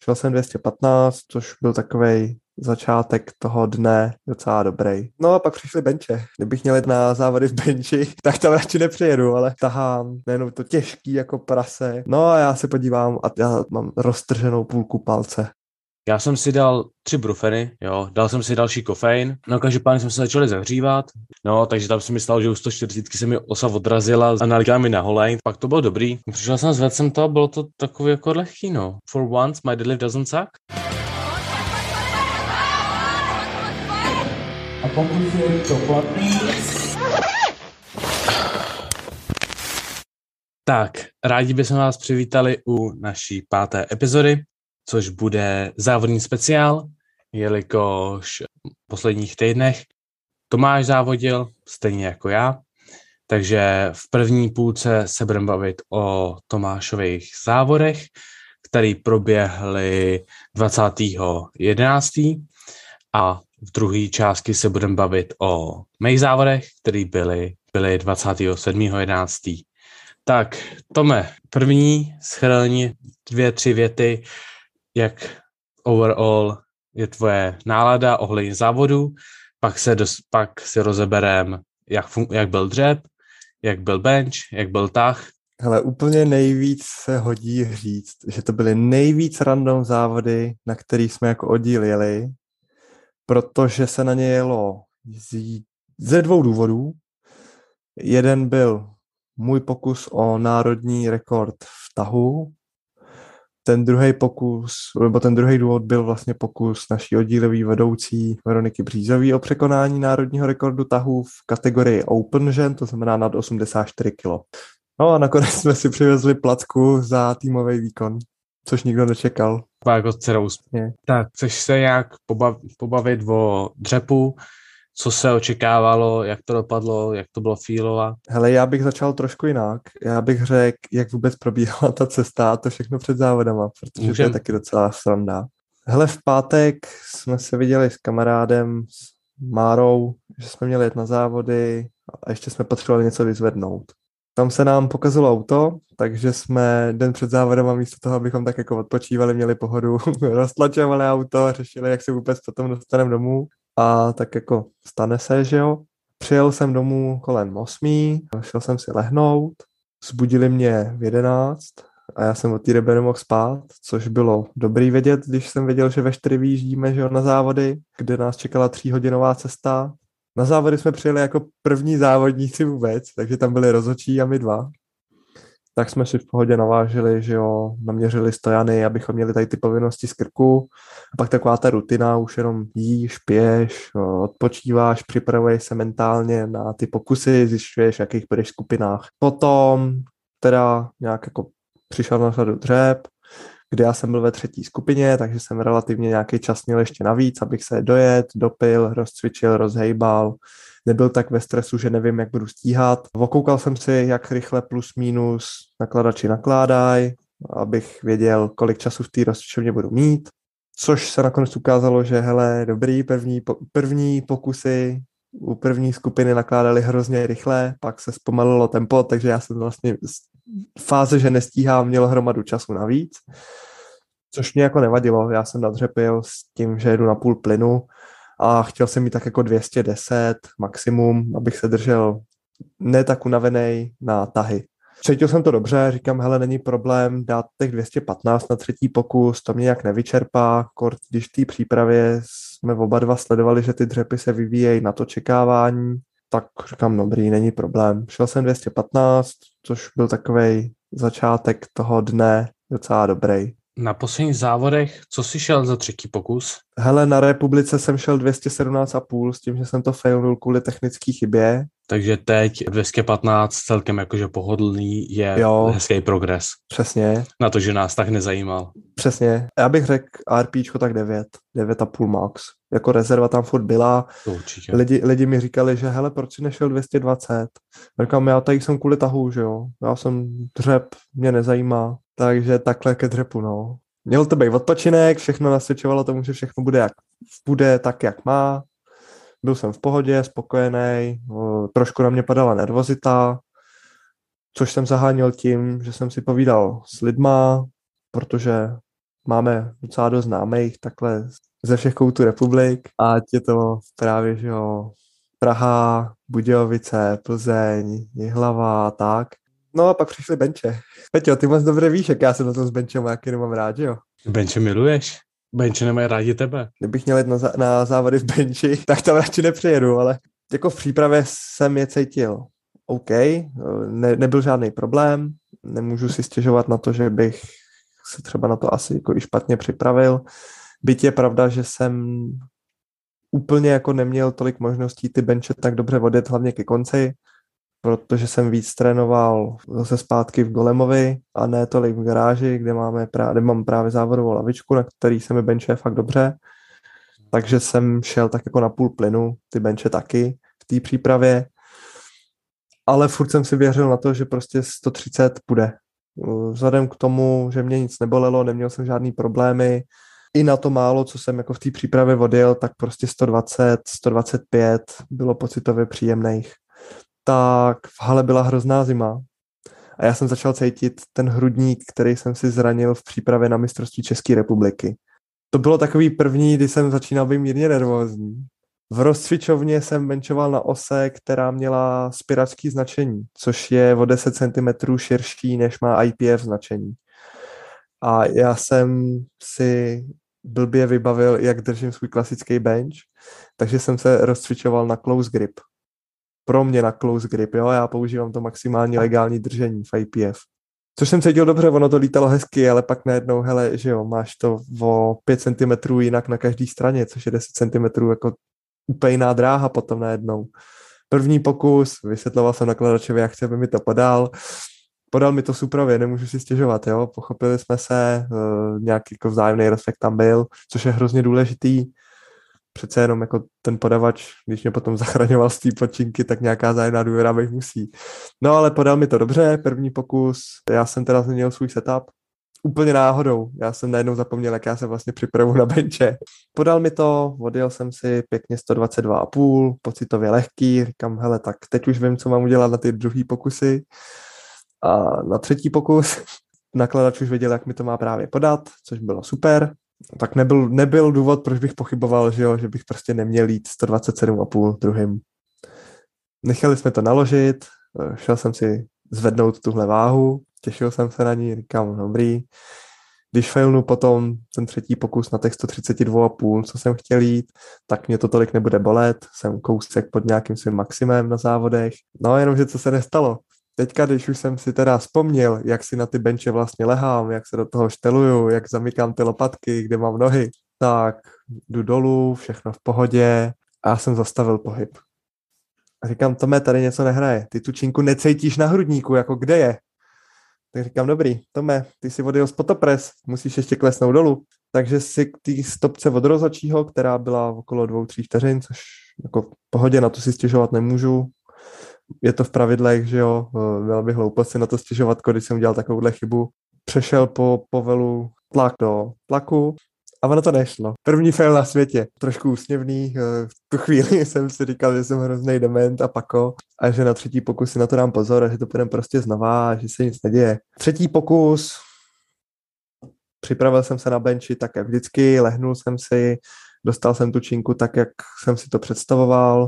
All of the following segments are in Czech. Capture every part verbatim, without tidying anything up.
Šel jsem dvě stě patnáct, což byl takovej začátek toho dne docela dobrý. No a pak přišly benče. Kdybych měl jít na závody v benči, tak tam radši nepřijedu, ale tahám nejenom to těžký jako prase. No a já se podívám a já mám roztrženou půlku palce. Já jsem si dal tři brufeny, jo, dal jsem si další kofein, no každopádně jsme se začali zahřívat, no, takže tam se mi stalo, že u sto čtyřicet se mi osa odrazila a nalítila mi na holej, pak to bylo dobrý. Přišel jsem, zvedl jsem to a bylo to takový jako lehký, no. For once, my deadlift doesn't suck. A pokud je to platný... Tak, rádi bychom vás přivítali u naší páté epizody, což bude závodní speciál, jelikož v posledních týdnech Tomáš závodil, stejně jako já, takže v první půlce se budeme bavit o Tomášových závodech, které proběhly dvacátého jedenáctého a v druhé části se budeme bavit o mých závodech, které byly, byly dvacátého sedmého jedenáctého Tak, Tome, první shrň dvě, tři věty, jak overall je tvoje nálada ohledně závodu, pak se, dos, pak se rozeberem, jak, fun, jak byl dřep, jak byl bench, jak byl tah. Hele, úplně nejvíc se hodí říct, že to byly nejvíc random závody, na který jsme jako oddíl jeli, protože se na ně jelo z, ze dvou důvodů. Jeden byl můj pokus o národní rekord v tahu, ten druhý pokus, nebo ten druhý důvod byl vlastně pokus naší oddílový vedoucí Veroniky Břízové o překonání národního rekordu tahu v kategorii Open žen, to znamená nad osmdesát čtyři kilogramů. No a nakonec jsme si přivezli placku za týmový výkon, což nikdo nečekal. Jako tak, chceš se nějak pobav, pobavit o dřepu, co se očekávalo, jak to dopadlo, jak to bylo feelovat? Hele, já bych začal trošku jinak. Já bych řekl, jak vůbec probíhala ta cesta a to všechno před závodama, protože Můžem. to je taky docela sranda. Hele, v pátek jsme se viděli s kamarádem, s Márou, že jsme měli jet na závody a ještě jsme potřebovali něco vyzvednout. Tam se nám pokazilo auto, takže jsme den před závodem místo toho, abychom tak jako odpočívali, měli pohodu, roztlačovali auto a řešili, jak se vůbec potom dostaneme domů. A tak jako stane se, že jo. Přijel jsem domů kolem osmí, šel jsem si lehnout, zbudili mě v jedenáct a já jsem od té doby nemohl spát, což bylo dobrý vědět, když jsem věděl, že ve čtyři vyjíždíme, že jo, na závody, kde nás čekala tříhodinová cesta. Na závody jsme přijeli jako první závodníci vůbec, takže tam byli rozhodčí a my dva. Tak jsme si v pohodě navážili, že jo, naměřili stojany, abychom měli tady ty povinnosti z krku. A pak taková ta rutina, už jenom jíš, piješ, odpočíváš, připravuješ se mentálně na ty pokusy, zjišťuješ, v jakých budeš skupinách. Potom teda nějak jako přišel na řadu dřep, kde já jsem byl ve třetí skupině, takže jsem relativně nějaký čas měl ještě navíc, abych se dojet, dopil, rozcvičil, rozhejbal. Nebyl tak ve stresu, že nevím, jak budu stíhat. Okoukal jsem si, jak rychle plus minus nakladači nakládají, abych věděl, kolik času v té rozcvičovně budu mít. Což se nakonec ukázalo, že hele, dobrý, první, po, první pokusy u první skupiny nakládali hrozně rychle, pak se zpomalilo tempo, takže já jsem vlastně v fáze, že nestíhám, měl hromadu času navíc. Což mě jako nevadilo, já jsem nadřepil s tím, že jedu na půl plynu, a chtěl jsem mít tak jako dvě stě deset maximum, abych se držel ne tak unavenej na tahy. Cítil jsem to dobře, říkám, hele, není problém dát těch dvě stě patnáct na třetí pokus, to mě nějak nevyčerpá, kort, když v té přípravě jsme oba dva sledovali, že ty dřepy se vyvíjejí na to čekávání, tak říkám, dobrý, není problém. Šel jsem dvě stě patnáct, což byl takovej začátek toho dne docela dobrý. Na posledních závodech, co jsi šel za třetí pokus? Hele, na Republice jsem šel dvě stě sedmnáct celá pět s tím, že jsem to failnul kvůli technické chybě. Takže teď dvě stě patnáct celkem jakože pohodlný je jo, hezký progres. Přesně. Na to, že nás tak nezajímal. Přesně. Já bych řekl RPčko tak devět, devět a půl max. Jako rezerva tam furt byla. Určitě. Lidi, lidi mi říkali, že hele, proč si nešel dvě stě dvacet? Říkám, já tady jsem kvůli tahu, že jo. Já jsem dřep, mě nezajímá. Takže takhle ke dřepu, no. Měl to být odpočinek, všechno nasvědčovalo tomu, že všechno bude, jak, bude tak, jak má. Byl jsem v pohodě, spokojený, trošku na mě padala nervozita, což jsem zaháněl tím, že jsem si povídal s lidma, protože máme docela dost známých takhle ze všech koutů republik, ať je to právě, že jo, Praha, Budějovice, Plzeň, Jihlava a tak. No a pak přišly benče. Peťo, ty moc dobře víš, jak já jsem na tom s benchem, jaký nemám rád, jo? Benče miluješ? Benče nemají rádi tebe. Kdybych měl jít na, zá- na závody v benči, tak tam radši nepřijedu, ale jako v přípravě jsem je cítil OK, ne, nebyl žádný problém, nemůžu si stěžovat na to, že bych se třeba na to asi jako i špatně připravil. Byť je pravda, že jsem úplně jako neměl tolik možností ty benče tak dobře odjet, hlavně ke konci, protože jsem víc trénoval zase zpátky v Golemovi a ne tolik v garáži, kde, máme právě, kde mám právě závodovou lavičku, na který se mi benče fakt dobře. Takže jsem šel tak jako na půl plynu, ty benče taky v té přípravě. Ale furt jsem si věřil na to, že prostě sto třicet půjde. Vzhledem k tomu, že mě nic nebolelo, neměl jsem žádný problémy, i na to málo, co jsem jako v té přípravě odjel, tak prostě sto dvacet, sto dvacet pět bylo pocitově příjemných. Tak v hale byla hrozná zima a já jsem začal cítit ten hrudník, který jsem si zranil v přípravě na mistrovství České republiky. To bylo takový první, kdy jsem začínal být mírně nervózní. V rozcvičovně jsem benčoval na ose, která měla spiračské značení, což je o deset centimetrů širší, než má I P F značení. A já jsem si blbě vybavil, jak držím svůj klasický bench, takže jsem se rozcvičoval na close grip. Pro mě na close grip, jo, já používám to maximálně legální držení v I P F. Což jsem cítil dobře, ono to lítalo hezky, ale pak najednou, hele, že jo, máš to o pět centimetrů jinak na každé straně, což je deset centimetrů jako úplně jiná dráha potom najednou. První pokus, vysvětloval jsem nakladačovi, jak chce, aby mi to podal. Podal mi to suprově, nemůžu si stěžovat, jo. Pochopili jsme se, nějaký jako vzájemný respekt tam byl, což je hrozně důležitý. Přece jenom jako ten podavač, když mě potom zachraňoval z té počinky, tak nějaká vzájemná důvěra bych musí. No ale podal mi to dobře, první pokus, já jsem teda změnil svůj setup, úplně náhodou, já jsem najednou zapomněl, jak já se vlastně připravu na benče. Podal mi to, odjel jsem si pěkně sto dvacet dva a půl, pocitově lehký, říkám, hele, tak teď už vím, co mám udělat na ty druhý pokusy. A na třetí pokus nakladač už věděl, jak mi to má právě podat, což bylo super. Tak nebyl, nebyl důvod, proč bych pochyboval, že, jo, že bych prostě neměl jít sto dvacet sedm a půl druhým. Nechali jsme to naložit, šel jsem si zvednout tuhle váhu, těšil jsem se na ní, říkám, dobrý. Když failnu potom ten třetí pokus na těch sto třicet dva a půl, co jsem chtěl jít, tak mě to tolik nebude bolet, jsem kousek pod nějakým svým maximem na závodech. No jenomže co se nestalo. Teďka, když už jsem si teda vzpomněl, jak si na ty benče vlastně lehám, jak se do toho šteluju, jak zamykám ty lopatky, kde mám nohy, tak jdu dolů, všechno v pohodě a já jsem zastavil pohyb. A říkám, Tome, tady něco nehraje, ty tu činku necítíš na hrudníku, jako kde je? Tak říkám, dobrý, Tome, ty si odjel z potopres, musíš ještě klesnout dolů. Takže si k té stopce od rozhodčího, která byla okolo dvou, tří vteřin, což jako v pohodě, na to si stěžovat nemůžu. Je to v pravidlech, že jo, byla by hloupost si na to stěžovat, když jsem udělal takovouhle chybu. Přešel po povelu tlak do tlaku a ono to nešlo. První fail na světě, trošku úsměvný, v tu chvíli jsem si říkal, že jsem hrozný dement a pako a že na třetí pokus si na to dám pozor a že to půjdem prostě znova a že se nic neděje. Třetí pokus, připravil jsem se na benči tak, jak vždycky, lehnul jsem si, dostal jsem tu činku tak, jak jsem si to představoval,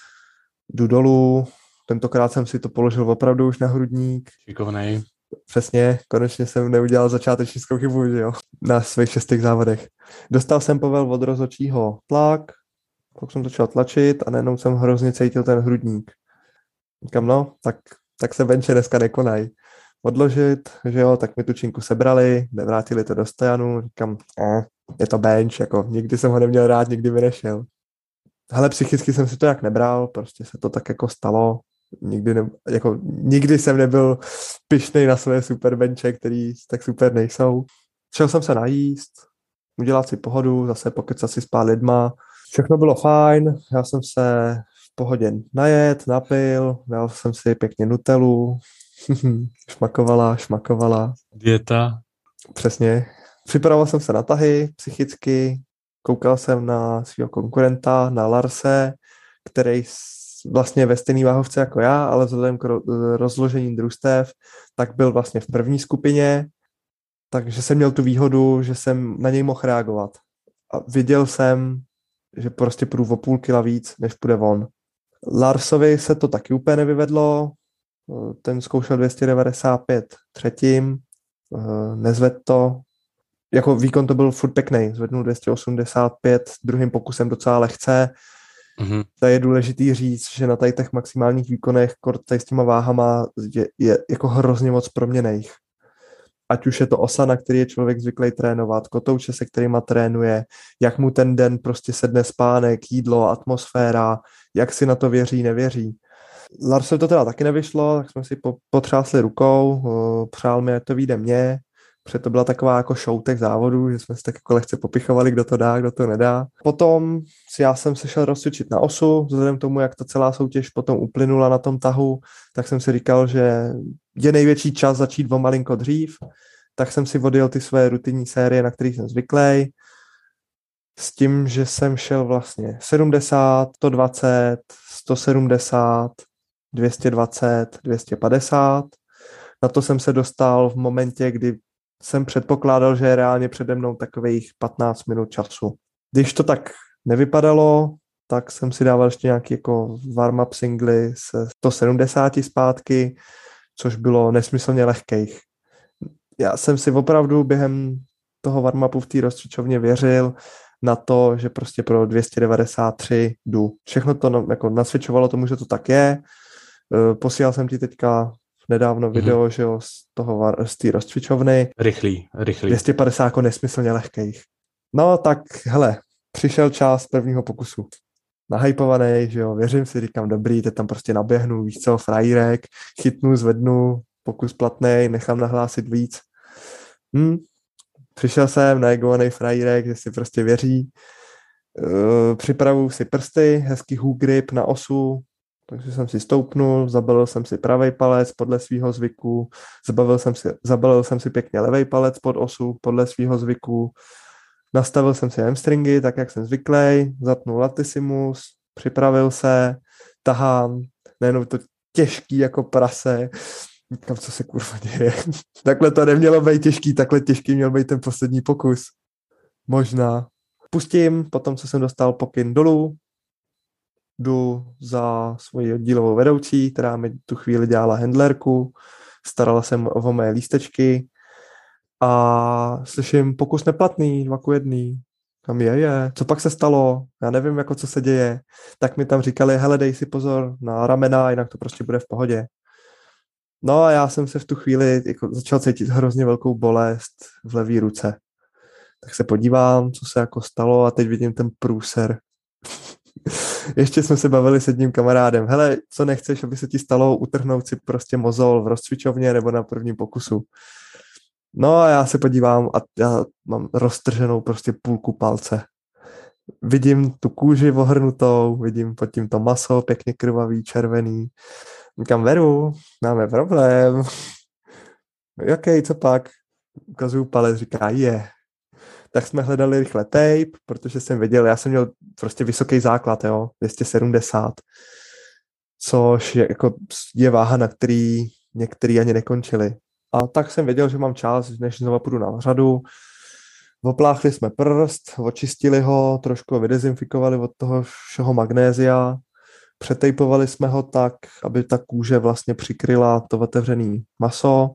jdu dolů. Tentokrát jsem si to položil opravdu už na hrudník. Šikovnej. Přesně, konečně jsem neudělal začátečnickou chybu, že jo, na svých šestých závodech. Dostal jsem povel od rozhodčího tlak, pak jsem začal tlačit a najednou jsem hrozně cítil ten hrudník. Říkám, no, tak, tak se benče dneska nekonají. Odložit, že jo, tak mi tu činku sebrali, vrátili to do stojanu, říkám, eh, je to bench, jako nikdy jsem ho neměl rád, nikdy mi nešel. Hele, psychicky jsem si to jak nebral, prostě se to tak jako stalo. Nikdy, ne, jako, nikdy jsem nebyl pyšnej na své super benče, který tak super nejsou. Šel jsem se najíst, udělat si pohodu, zase pokecat si s pár lidma. Všechno bylo fajn, já jsem se v pohodě najet, napil, dal jsem si pěkně Nutellu, šmakovala, šmakovala. Dieta. Přesně. Připravoval jsem se na tahy psychicky, koukal jsem na svého konkurenta, na Larse, který vlastně ve stejné váhovce jako já, ale vzhledem k rozložení družstev, tak byl vlastně v první skupině, takže jsem měl tu výhodu, že jsem na něj mohl reagovat. A viděl jsem, že prostě půjdu o půl kila víc, než půjde on. Larsovi se to taky úplně nevyvedlo, ten zkoušel dvě stě devadesát pět třetím, nezvedl to, jako výkon to byl furt pěkný, zvednul dvě stě osmdesát pět druhým pokusem docela lehce. Mm-hmm. To je důležitý říct, že na tady těch maximálních výkonech kort tady s těma váhama je, je jako hrozně moc proměnejch. Ať už je to osa, na který je člověk zvyklý trénovat, kotouče, se kterýma trénuje, jak mu ten den prostě sedne spánek, jídlo, atmosféra, jak si na to věří, nevěří. Larsovi to teda taky nevyšlo, tak jsme si potřásli rukou, přál mi, ať to vyjde mně. Protože to byla taková jako showtek závodu, že jsme si tak jako lehce popichovali, kdo to dá, kdo to nedá. Potom si já jsem se šel rozcvičit na osu, vzhledem k tomu, jak ta celá soutěž potom uplynula na tom tahu, tak jsem si říkal, že je největší čas začít o malinko dřív, tak jsem si odjel ty své rutinní série, na kterých jsem zvyklý, s tím, že jsem šel vlastně sedmdesát, sto dvacet, sto sedmdesát, dvě stě dvacet, dvě stě padesát. Na to jsem se dostal v momentě, kdy jsem předpokládal, že je reálně přede mnou takových patnáct minut času. Když to tak nevypadalo, tak jsem si dával ještě nějaký jako warm-up singly se sto sedmdesát zpátky, což bylo nesmyslně lehkých. Já jsem si opravdu během toho warm-upu v té rozcvičovně věřil na to, že prostě pro dvě stě devadesát tři jdu. Všechno to jako nasvědčovalo tomu, že to tak je. Posílal jsem ti teďka nedávno video, mm-hmm. že jo, z toho, z té rozcvičovny. Rychlý, rychlý. dvě stě padesát jako nesmyslně lehkých. No tak, hele, přišel čas prvního pokusu. Nahypovaný, že jo, věřím si, říkám, dobrý, teď tam prostě naběhnu, víš co, frajírek, chytnu, zvednu, pokus platnej, nechám nahlásit víc. Hm. Přišel jsem naegovaný frajírek, že si prostě věří. Uh, připravuju si prsty, hezký hook grip na osu, takže jsem si stoupnul, zabalil jsem si pravý palec podle svýho zvyku, zabalil jsem si, zabalil jsem si pěkně levý palec pod osu podle svýho zvyku, nastavil jsem si hamstringy, tak jak jsem zvyklý, zapnul latissimus, připravil se, tahám, nejenom to těžký jako prase, říkám, co se kurva děje. Takhle to nemělo být těžký, takhle těžký měl být ten poslední pokus. Možná. Pustím, potom co jsem dostal pokyn dolů, jdu za svoji oddílovou vedoucí, která mi tu chvíli dělala handlerku, starala jsem o mé lístečky a slyším pokus neplatný, dva ku jedný. Tam je, je. Co pak se stalo? Já nevím, jako co se děje. Tak mi tam říkali, hele, dej si pozor na ramena, jinak to prostě bude v pohodě. No a já jsem se v tu chvíli jako začal cítit hrozně velkou bolest v levé ruce. Tak se podívám, co se jako stalo a teď vidím ten průser. Ještě jsme se bavili s jedním kamarádem. Hele, co nechceš, aby se ti stalo, utrhnout si prostě mozol v rozcvičovně nebo na prvním pokusu. No a já se podívám a já mám roztrženou prostě půlku palce. Vidím tu kůži ohrnutou, vidím pod tím to maso, pěkně krvavý, červený. Říkám, Veru, máme problém. Jaký, co pak? Ukazuju palec, říká, je. Tak jsme hledali rychle tape, protože jsem věděl, já jsem měl prostě vysoký základ, jo, dvě stě sedmdesát, což je, jako, je váha, na který některý ani nekončili. A tak jsem věděl, že mám čas, než znova půjdu na řadu. Opláchli jsme prst, očistili ho, trošku ho vydezinfikovali od toho všeho magnézia, přetejpovali jsme ho tak, aby ta kůže vlastně přikryla to otevřené maso.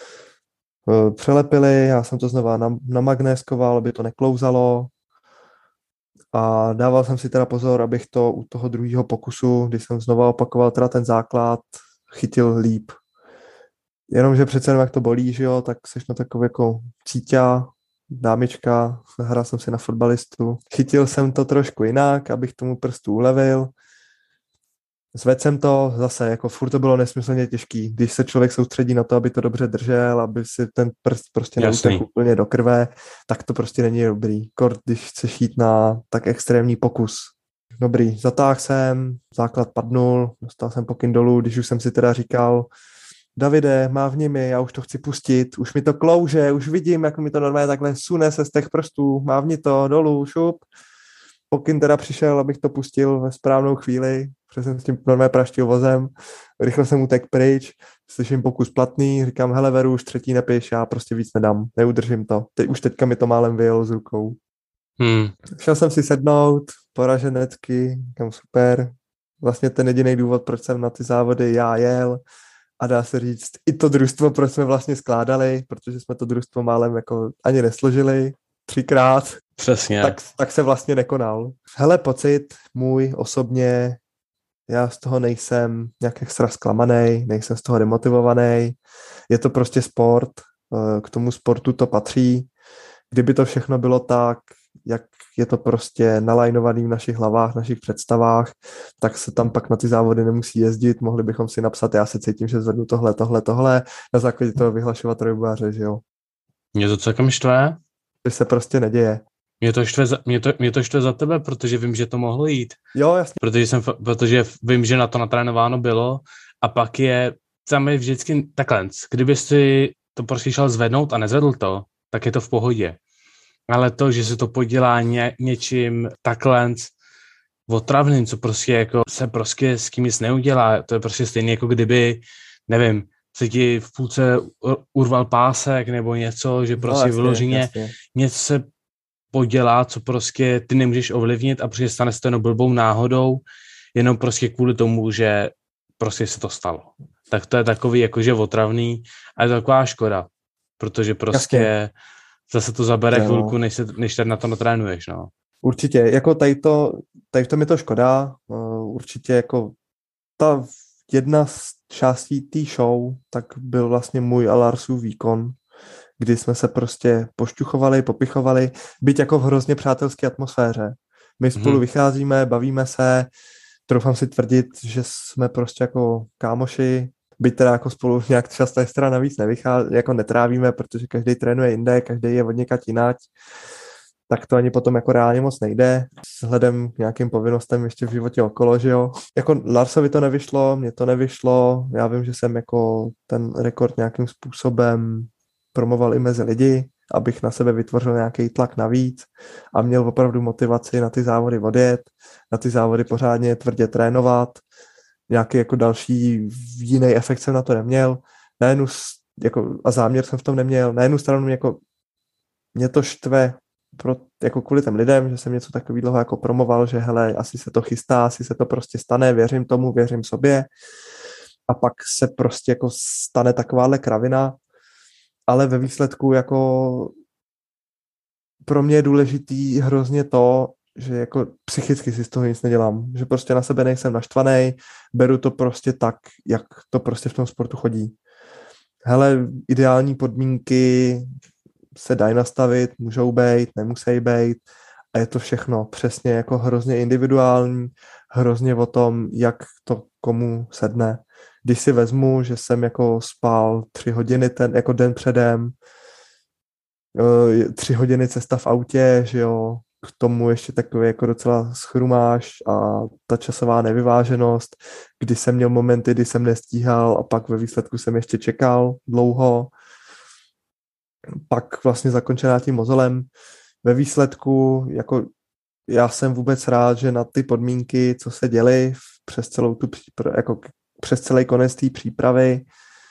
Přelepili, já jsem to znova namagnéskoval, aby to neklouzalo a dával jsem si teda pozor, abych to u toho druhého pokusu, když jsem znova opakoval teda ten základ, chytil líp. Jenomže přece jenom jak to bolí, že jo, tak seš na takový jako cíťa, dámička, hrál jsem si na fotbalistu. Chytil jsem to trošku jinak, abych tomu prstu ulevil. Zvedl jsem to, zase jako furt to bylo nesmyslně těžký. Když se člověk soustředí na to, aby to dobře držel, aby si ten prst prostě neutekl úplně do krve, tak to prostě není dobrý. Kort, když chceš jít na tak extrémní pokus. Dobrý, zatáhl jsem, základ padnul, dostal jsem pokyn dolů, když už jsem si teda říkal, Davide, mávni mi, já už to chci pustit, už mi to klouže, už vidím, jak mi to normálně takhle sune se z těch prstů, mávni to dolů, šup. pokyn teda přišel, abych to pustil ve správnou chvíli, protože jsem s tím normálně praštil vozem, rychle jsem utek pryč, slyším pokus platný, říkám, hele Veru, už třetí nepiš, já prostě víc nedám, neudržím to. Teď už teďka mi to málem vyjelo z rukou. Hmm. Šel jsem si sednout, poraženecky, říkám super, vlastně ten jediný důvod, proč jsem na ty závody já jel, a dá se říct, i to družstvo, proč jsme vlastně skládali, protože jsme to družstvo málem jako ani nesložili třikrát. Přesně. Tak, tak se vlastně nekonal. Hele, pocit můj osobně, já z toho nejsem nějak extra zklamanej, nejsem z toho demotivovaný. Je to prostě sport, k tomu sportu to patří. Kdyby to všechno bylo tak, jak je to prostě nalajnovaný v našich hlavách, v našich představách, tak se tam pak na ty závody nemusí jezdit, mohli bychom si napsat, já se cítím, že zvednu tohle, tohle, tohle, na základě toho vyhlašovat trojbojaře, že jo. Mě to celkem štve. To se prostě neděje. Mě to, štve za, mě, to, mě to štve za tebe, protože vím, že to mohlo jít. Jo, jasně. Protože, jsem, protože vím, že na to natrénováno bylo a pak je, tam je vždycky takhle, kdyby si to prostě šel zvednout a nezvedl to, tak je to v pohodě. Ale to, že se to podělá ně, něčím takhle otravným, co prostě jako se prostě s kým nic neudělá, to je prostě stejné, jako kdyby, nevím, se ti v půlce urval pásek nebo něco, že prostě no, vyloženě něco se podělá, co prostě ty nemůžeš ovlivnit a prostě stane se to jenom blbou náhodou, jenom prostě kvůli tomu, že prostě se to stalo. Tak to je takový jakože otravný a je to taková škoda, protože prostě jasně. Zase to zabere no. chvilku, než, se, než tady na to natrénuješ, no. Určitě, jako tady to, tady v tom je to škoda, uh, určitě jako ta jedna z částí té show, tak byl vlastně můj a Larsův výkon, kdy jsme se prostě pošťuchovali, popichovali, byť jako v hrozně přátelské atmosféře. My spolu hmm. vycházíme, bavíme se, troufám si tvrdit, že jsme prostě jako kámoši, byť teda jako spolu nějak často extra navíc nevychází, jako netrávíme, protože každý trénuje jinde, každý je od někať jinak, tak to ani potom jako reálně moc nejde, vzhledem k nějakým povinnostem ještě v životě okolo, že jo. Jako Larsovi to nevyšlo, mně to nevyšlo, já vím, že jsem jako ten rekord nějakým způsobem promoval i mezi lidi, abych na sebe vytvořil nějaký tlak navíc a měl opravdu motivaci na ty závody odjet, na ty závody pořádně tvrdě trénovat, nějaký jako další jiný efekt jsem na to neměl. Na jednu, jako, a záměr jsem v tom neměl. Na jednu stranu mě, jako, mě to štve pro, jako kvůli těm lidem, že jsem něco takového jako promoval, že hele, asi se to chystá, asi se to prostě stane, věřím tomu, věřím sobě. A pak se prostě jako stane takováhle kravina, ale ve výsledku jako pro mě je důležitý hrozně to, že jako psychicky si z toho nic nedělám, že prostě na sebe nejsem naštvaný, beru to prostě tak, jak to prostě v tom sportu chodí. Hele, ideální podmínky se dají nastavit, můžou být, nemusí být a je to všechno přesně jako hrozně individuální, hrozně o tom, jak to komu sedne. Když si vezmu, že jsem jako spal tři hodiny ten, jako den předem, tři hodiny cesta v autě, že jo, k tomu ještě takový jako docela schrumáš a ta časová nevyváženost, kdy jsem měl momenty, kdy jsem nestíhal a pak ve výsledku jsem ještě čekal dlouho, pak vlastně zakončená tím mozolem. Ve výsledku jako já jsem vůbec rád, že na ty podmínky, co se děly přes celou tu přípravu, jako přes celý konec té přípravy,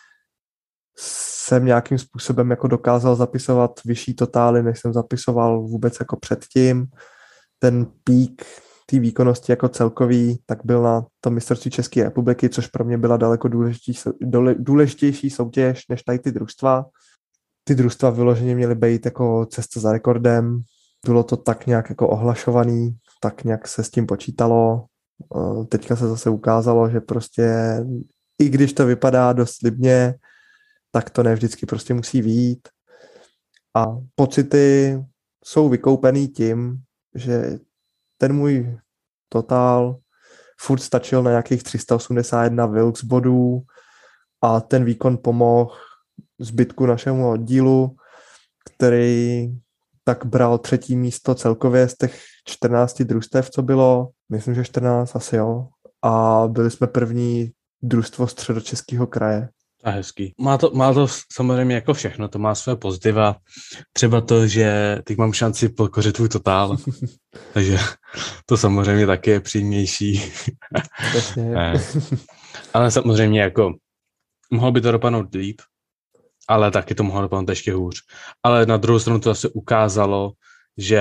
jsem nějakým způsobem jako dokázal zapisovat vyšší totály, než jsem zapisoval vůbec jako předtím. Ten pík té výkonnosti jako celkový, tak byl na tom mistrovství České republiky, což pro mě byla daleko důležitější, důležitější soutěž než tady ty družstva. Ty družstva vyloženě měly být jako cesta za rekordem. Bylo to tak nějak jako ohlašovaný, tak nějak se s tím počítalo. Teďka se zase ukázalo, že prostě i když to vypadá dost slibně, tak to ne vždycky prostě musí vyjít. A pocity jsou vykoupený tím, že ten můj totál furt stačil na nějakých tři sta osmdesát jedna Wilks bodů a ten výkon pomohl zbytku našemu oddílu, který tak bral třetí místo celkově z těch čtrnácti družstev, co bylo. Myslím, že čtrnáct asi jo. A byli jsme první družstvo středočeského kraje. To je hezký. Má to, má to samozřejmě jako všechno, to má své pozitiva. Třeba to, že teď mám šanci pokořit tvůj totál. Takže to samozřejmě taky je příjemnější. Ale samozřejmě jako mohlo by to dopadnout líp, ale taky to mohlo dopadnout ještě hůř. Ale na druhou stranu to zase ukázalo, že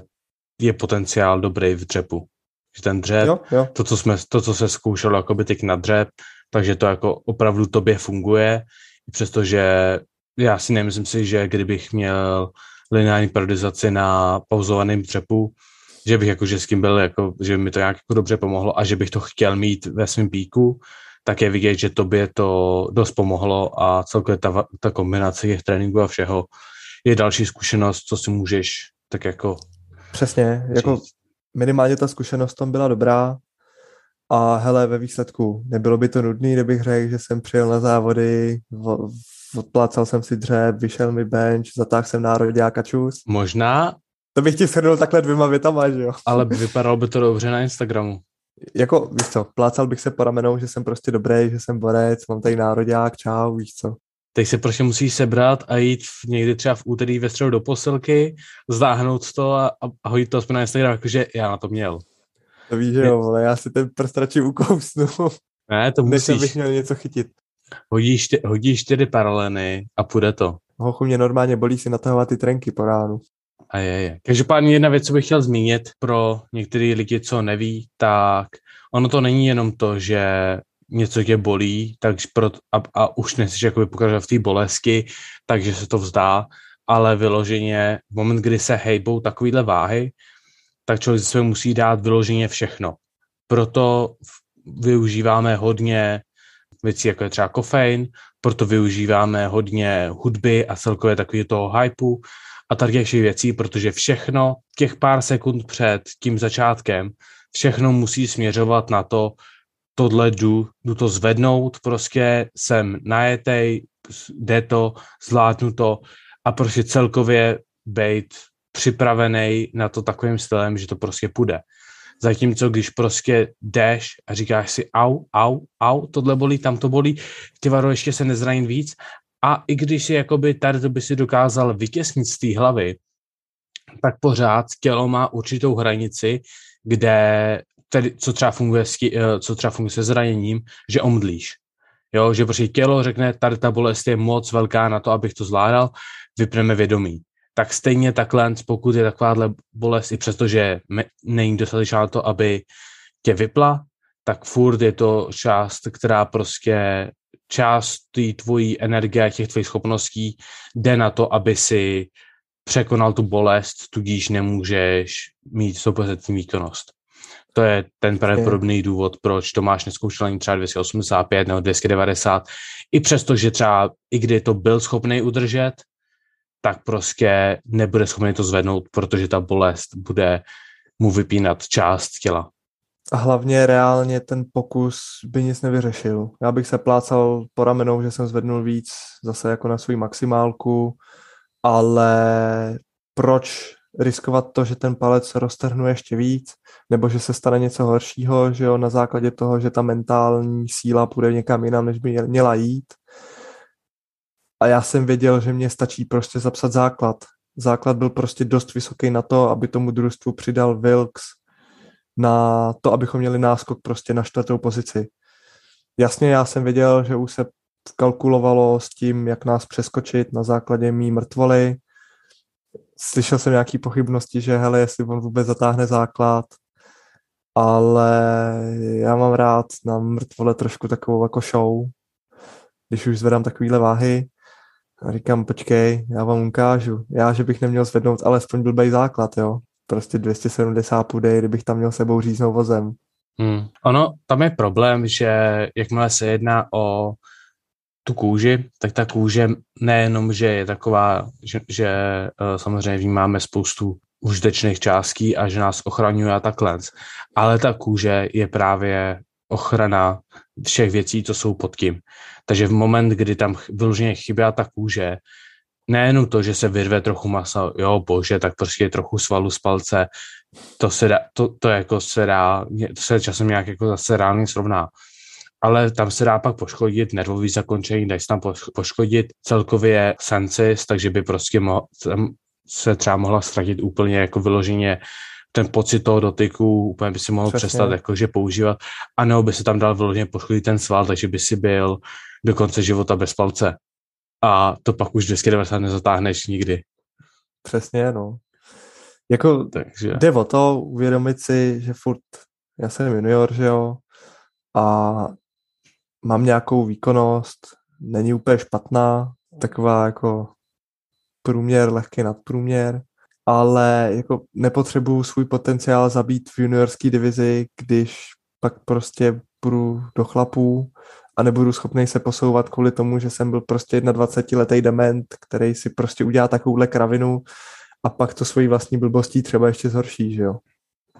je potenciál dobrý v dřepu. Že ten dřep, jo, jo. To, co jsme, to, co se zkoušelo jakoby teď na dřep, takže to jako opravdu tobě funguje, přestože já si nemyslím si, že kdybych měl lineární periodizaci na pauzovaném dřepu, že bych jakože s tím byl, jako, že by mi to nějak jako dobře pomohlo a že bych to chtěl mít ve svém píku, tak je vidět, že tobě to dost pomohlo a celkově ta, ta kombinace těch tréninků a všeho je další zkušenost, co si můžeš tak jako... Přesně, říct. Jako minimálně ta zkušenost tam byla dobrá a hele, ve výsledku nebylo by to nudný, kdybych řekl, že jsem přijel na závody, odplácal jsem si dřep, vyšel mi bench, zatáhl jsem nároďák a čus. Možná. To bych ti shrnul takhle dvěma větama, že jo? Ale vypadalo by to dobře na Instagramu. Jako, víš co, plácal bych se po ramenou, že jsem prostě dobrý, že jsem borec, mám tady nároďák, čau, víš co. Teď se prostě musíš sebrat a jít v, někdy třeba v úterý ve středu do posilky, zdáhnout to a, a hodit to aspoň na Instagram, jakože já na to měl. To víš, že jo, ale já si ten prst radši ukousnu. Ne, to musíš. Než abych měl něco chytit. Hodíš, hodíš čtyři paraleny a půjde to. Hochu, mě normálně bolí si natahovat ty trenky po ránu. A je, je. Každopádně jedna věc, co bych chtěl zmínit pro některé lidi, co neví, tak ono to není jenom to, že něco tě bolí, tak pro, a, a už nechceš jakoby pokračovat v té bolesti, takže se to vzdá, ale vyloženě v moment, kdy se hejbou takovýhle váhy, tak člověk se musí dát vyloženě všechno. Proto využíváme hodně věcí, jako je třeba kofein, proto využíváme hodně hudby a celkově takový toho hypeu a tady všech věcí, protože všechno těch pár sekund před tím začátkem, všechno musí směřovat na to, tohle jdu, jdu to zvednout, prostě jsem najetej, jde to, zvládnu to a prostě celkově být připravený na to takovým stylem, že to prostě půjde. Zatímco když prostě jdeš a říkáš si au, au, au, tohle bolí, tam to bolí, ty varo, ještě se nezraním víc a i když si jakoby tady to by si dokázal vytěsnit z té hlavy, tak pořád tělo má určitou hranici, kde tedy, co třeba funguje, co třeba funguje se zraněním, že omdlíš. Jo, že prostě tělo řekne, tady ta bolest je moc velká na to, abych to zvládal, vypneme vědomí. Tak stejně takhle, pokud je takováhle bolest, i přestože není dostatečná na to, aby tě vypla, tak furt je to část, která prostě část té tvojí energie, těch tvojich schopností jde na to, aby si překonal tu bolest, tudíž nemůžeš mít sto procent výkonnost. To je ten pravděpodobný důvod, proč to máš neskoušel třeba dvě stě osmdesát pět nebo dvě stě devadesát. I přesto, že třeba i kdy to byl schopný udržet, tak prostě nebude schopný to zvednout, protože ta bolest bude mu vypínat část těla. A hlavně reálně ten pokus by nic nevyřešil. Já bych se plácal po ramenou, že jsem zvednul víc zase jako na svou maximálku, ale proč riskovat to, že ten palec roztrhnu ještě víc, nebo že se stane něco horšího, že jo, na základě toho, že ta mentální síla půjde někam jinam, než by měla jít. A já jsem věděl, že mě stačí prostě zapsat základ. Základ byl prostě dost vysoký na to, aby tomu družstvu přidal Wilks na to, abychom měli náskok prostě na čtvrtou pozici. Jasně, já jsem věděl, že už se kalkulovalo s tím, jak nás přeskočit na základě mý mrtvoly. Slyšel jsem nějaký pochybnosti, že hele, jestli on vůbec zatáhne základ, ale já mám rád na mrtvole trošku takovou jako show, když už zvedám takovýhle váhy a říkám, počkej, já vám ukážu. Já, že bych neměl zvednout alespoň blbej základ, jo. Prostě dvě stě sedmdesát půdej, kdybych tam měl sebou říznout vozem. Hmm. Ono, tam je problém, že jakmile se jedná o tu kůži, tak ta kůže nejenom, že je taková, že, že samozřejmě v ní máme spoustu užitečných částí a že nás ochraňuje a takhle, ale ta kůže je právě ochrana všech věcí, co jsou pod tím. Takže v moment, kdy tam vyloženě chyběla ta kůže, nejenom to, že se vyrve trochu masa, jo bože, tak prostě trochu svalu z palce, to se dá, to, to jako se dá, to se časem nějak jako zase reálně srovná. ale tam se dá pak poškodit nervový zakončení, dají se tam poškodit celkově sensis, takže by prostě mo- se třeba mohla ztratit úplně jako vyloženě ten pocit toho dotyku, úplně by si mohl Přesně. přestat jakože používat, a nebo by se tam dal vyloženě poškodit ten sval, takže by si byl do konce života bez palce. A to pak už dvě stě devadesát nezatáhneš nikdy. Přesně, no. Jako takže jde o to uvědomit si, že furt, já jsem junior, že jo, a mám nějakou výkonnost, není úplně špatná, taková jako průměr, lehký nadprůměr, ale jako nepotřebuju svůj potenciál zabít v juniorské divizi, když pak prostě půjdu do chlapů a nebudu schopný se posouvat kvůli tomu, že jsem byl prostě dvacetiletý dement, který si prostě udělá takovouhle kravinu a pak to svojí vlastní blbostí třeba ještě zhorší, že jo?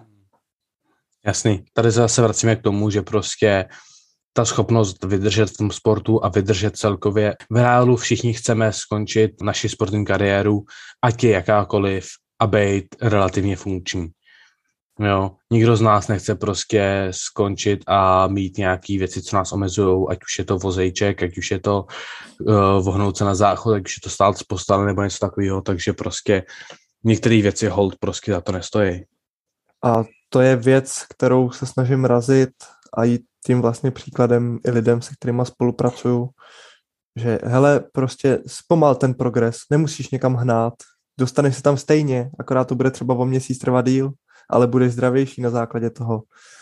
Jasný. Tady zase vracíme k tomu, že prostě ta schopnost vydržet v tom sportu a vydržet celkově. V reálu všichni chceme skončit naši sportovní kariéru, ať je jakákoliv, a být relativně funkční. Jo, nikdo z nás nechce prostě skončit a mít nějaký věci, co nás omezujou, ať už je to vozejček, ať už je to uh, vohnout se na záchod, ať už je to stát z postele nebo něco takového, takže prostě některé věci hold prostě za to nestojí. A to je věc, kterou se snažím razit a jít tím vlastně příkladem i lidem, se kterýma spolupracuju, že hele, prostě zpomal ten progres, nemusíš někam hnát, dostaneš se tam stejně, akorát to bude třeba o měsíc trvat díl, ale budeš zdravější na základě toho.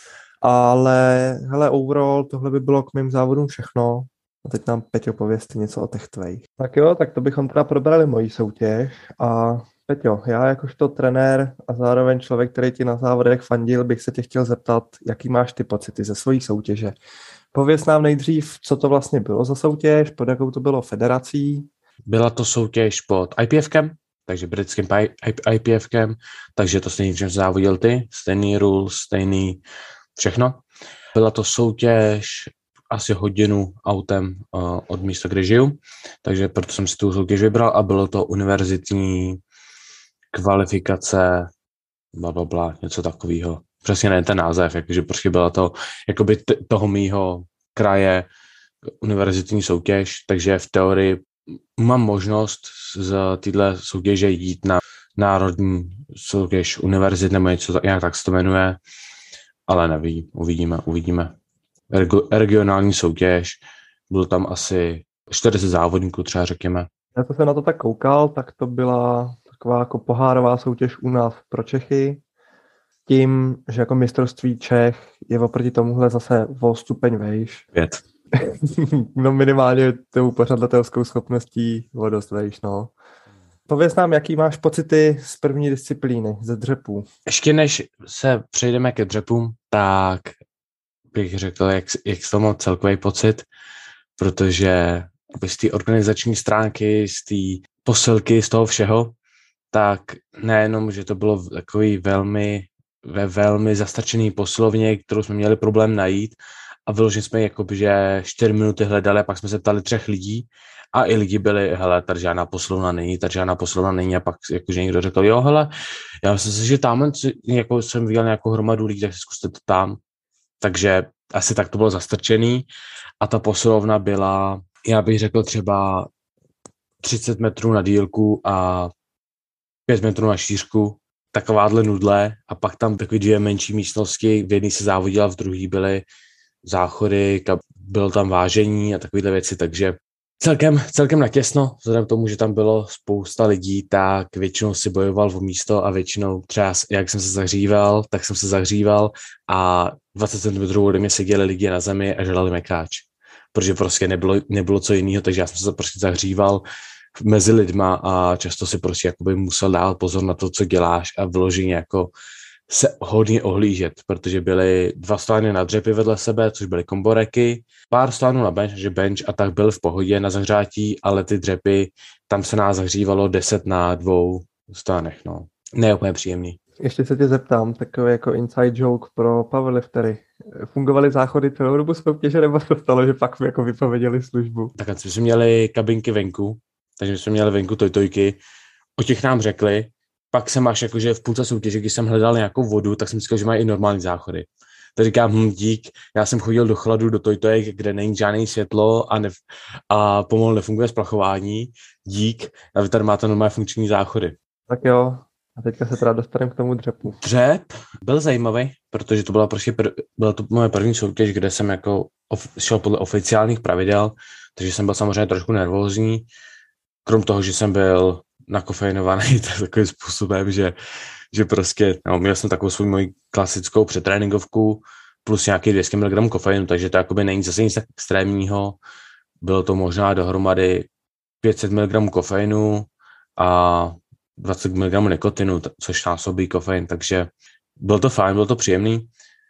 Ale hele, overall, tohle by bylo k mým závodům všechno. A teď nám Peťo povězte něco o těch tvých. Tak jo, tak to bychom teda probrali moji soutěž. A Peťo, já jakožto trenér a zároveň člověk, který ti na závodech fandil, bych se tě chtěl zeptat, jaký máš ty pocity ze svojí soutěže. Pověz nám nejdřív, co to vlastně bylo za soutěž, pod jakou to bylo federací. Byla to soutěž pod IPFkem, takže britským IPFkem, takže to stejný, čem závodil ty, stejný rules, stejný všechno. Byla to soutěž asi hodinu autem uh, od místa, kde žiju, takže proto jsem si tu soutěž vybral a bylo to univerzitní kvalifikace, blablabla, něco takového. Přesně ne ten název, jakože prostě byla to jakoby t- toho mýho kraje univerzitní soutěž, takže v teorii mám možnost z téhle soutěže jít na národní soutěž univerzit nebo něco, nějak tak se to jmenuje, ale neví, uvidíme, uvidíme. Rego, regionální soutěž, bylo tam asi čtyřicet závodníků třeba, řekněme. Já to jsem na to tak koukal, tak to byla taková jako pohárová soutěž u nás pro Čechy, tím, že jako mistrovství Čech je oproti tomuhle zase o stupeň vejš. Pět. No minimálně tou pořadatelskou schopností o dost vejš, no. Pověz nám, jaký máš pocity z první disciplíny, ze dřepů. Ještě než se přejdeme ke dřepům, tak bych řekl, jak, jak z toho mám celkový pocit, protože z té organizační stránky, z té posilky, z toho všeho, tak nejenom, že to bylo takový velmi, ve velmi zastrčený posilovně, kterou jsme měli problém najít a vyložili jsme jakoby, že čtyři minuty hledali a pak jsme se ptali třech lidí a i lidi byli, hele, tady žádná posilovna není, tady žádná posilovna není a pak jakože někdo řekl, jo, hele, já myslím si, že tam jako jsem viděl nějakou hromadu lidí, tak si zkuste to tam. Takže asi tak to bylo zastrčený a ta posilovna byla, já bych řekl třeba třicet metrů na dílku a pět metrů na šířku, takováhle nudle a pak tam takové dvě menší místnosti, v jedné se závodila, v druhé byly záchody, bylo tam vážení a takovéhle věci, takže celkem, celkem natěsno, vzhledem k tomu, že tam bylo spousta lidí, tak většinou si bojoval o místo a většinou třeba, jak jsem se zahříval, tak jsem se zahříval a dvacet centimetrů ode mě seděli lidi na zemi a žrali mekáč, protože prostě nebylo, nebylo co jiného, takže já jsem se prostě zahříval mezi lidma a často si prostě jakoby musel dát pozor na to, co děláš a vyloženě jako se hodně ohlížet, protože byly dva stány na dřepy vedle sebe, což byly komboreky, pár stánů na bench, že bench a tak byl v pohodě na zahřátí, ale ty dřepy, tam se nás zahřívalo deset na dvou stánech, no. Ne úplně příjemný. Ještě se tě zeptám, takový jako inside joke pro powerliftery. Fungovaly záchody celou dobu soutěže, nebo se stalo, že pak jako vypověděli službu? Tak my jsme měli kabinky venku, takže jsme měli venku tojtojky, o těch nám řekli, pak jsem až jakože v půlce soutěže, když jsem hledal nějakou vodu, tak jsem říkal, že mají i normální záchody. Tak říkám, hm, dík, já jsem chodil do chladu, do tojtojek, kde není žádné světlo a, ne, a pomalu nefunguje splachování. Dík, a vy tady máte normálně funkční záchody. Tak jo, a teďka se teda dostaneme k tomu dřepu. Dřep byl zajímavý, protože to byla prostě pr- byla to moje první soutěž, kde jsem jako of- šel podle oficiálních pravidel, takže jsem byl samozřejmě trošku nervózní. Krom toho, že jsem byl nakofeinovaný takovým způsobem, že, že prostě, no, měl jsem takovou svou moji klasickou přetréninkovku plus nějaký dvě stě miligramů kofeinu, takže to jakoby není zase nic tak extrémního. Bylo to možná dohromady pět set miligramů kofeinu a dvacet miligramů nikotinu, což násobí kofein, takže bylo to fajn, bylo to příjemný.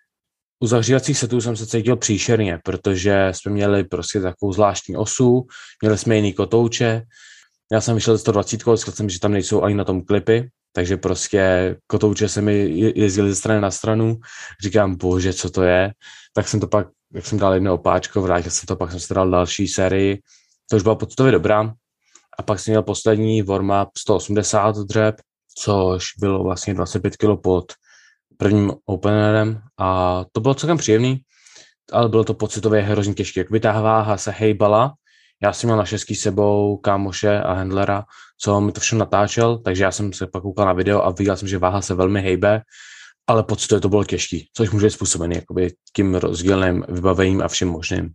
U zahřívacích setů jsem se cítil příšerně, protože jsme měli prostě takovou zvláštní osu, měli jsme jiný kotouče, já jsem vyšel z sto dvacet, zjistil jsem, že tam nejsou ani na tom klipy, takže prostě kotouče se mi jezdili ze strany na stranu, říkám, bože, co to je, tak jsem to pak, jak jsem dal jedno opáčko, vrátil jsem to, pak jsem si dal další sérii, to už byla pocitově dobrá. A pak jsem měl poslední warm-up sto osmdesát dřep, což bylo vlastně dvacet pět kilogramů pod prvním openerem a to bylo celkem příjemný, ale bylo to pocitově hrozně těžké. Jakoby ta váha se hejbala, já jsem měl na šestky sebou kámoše a handlera, co mi to všechno natáčel, takže já jsem se pak koukal na video a viděl jsem, že váha se velmi hejbe, ale pocitově to bylo těžký, což může být způsobený jakoby tím rozdílným vybavením a všem možným.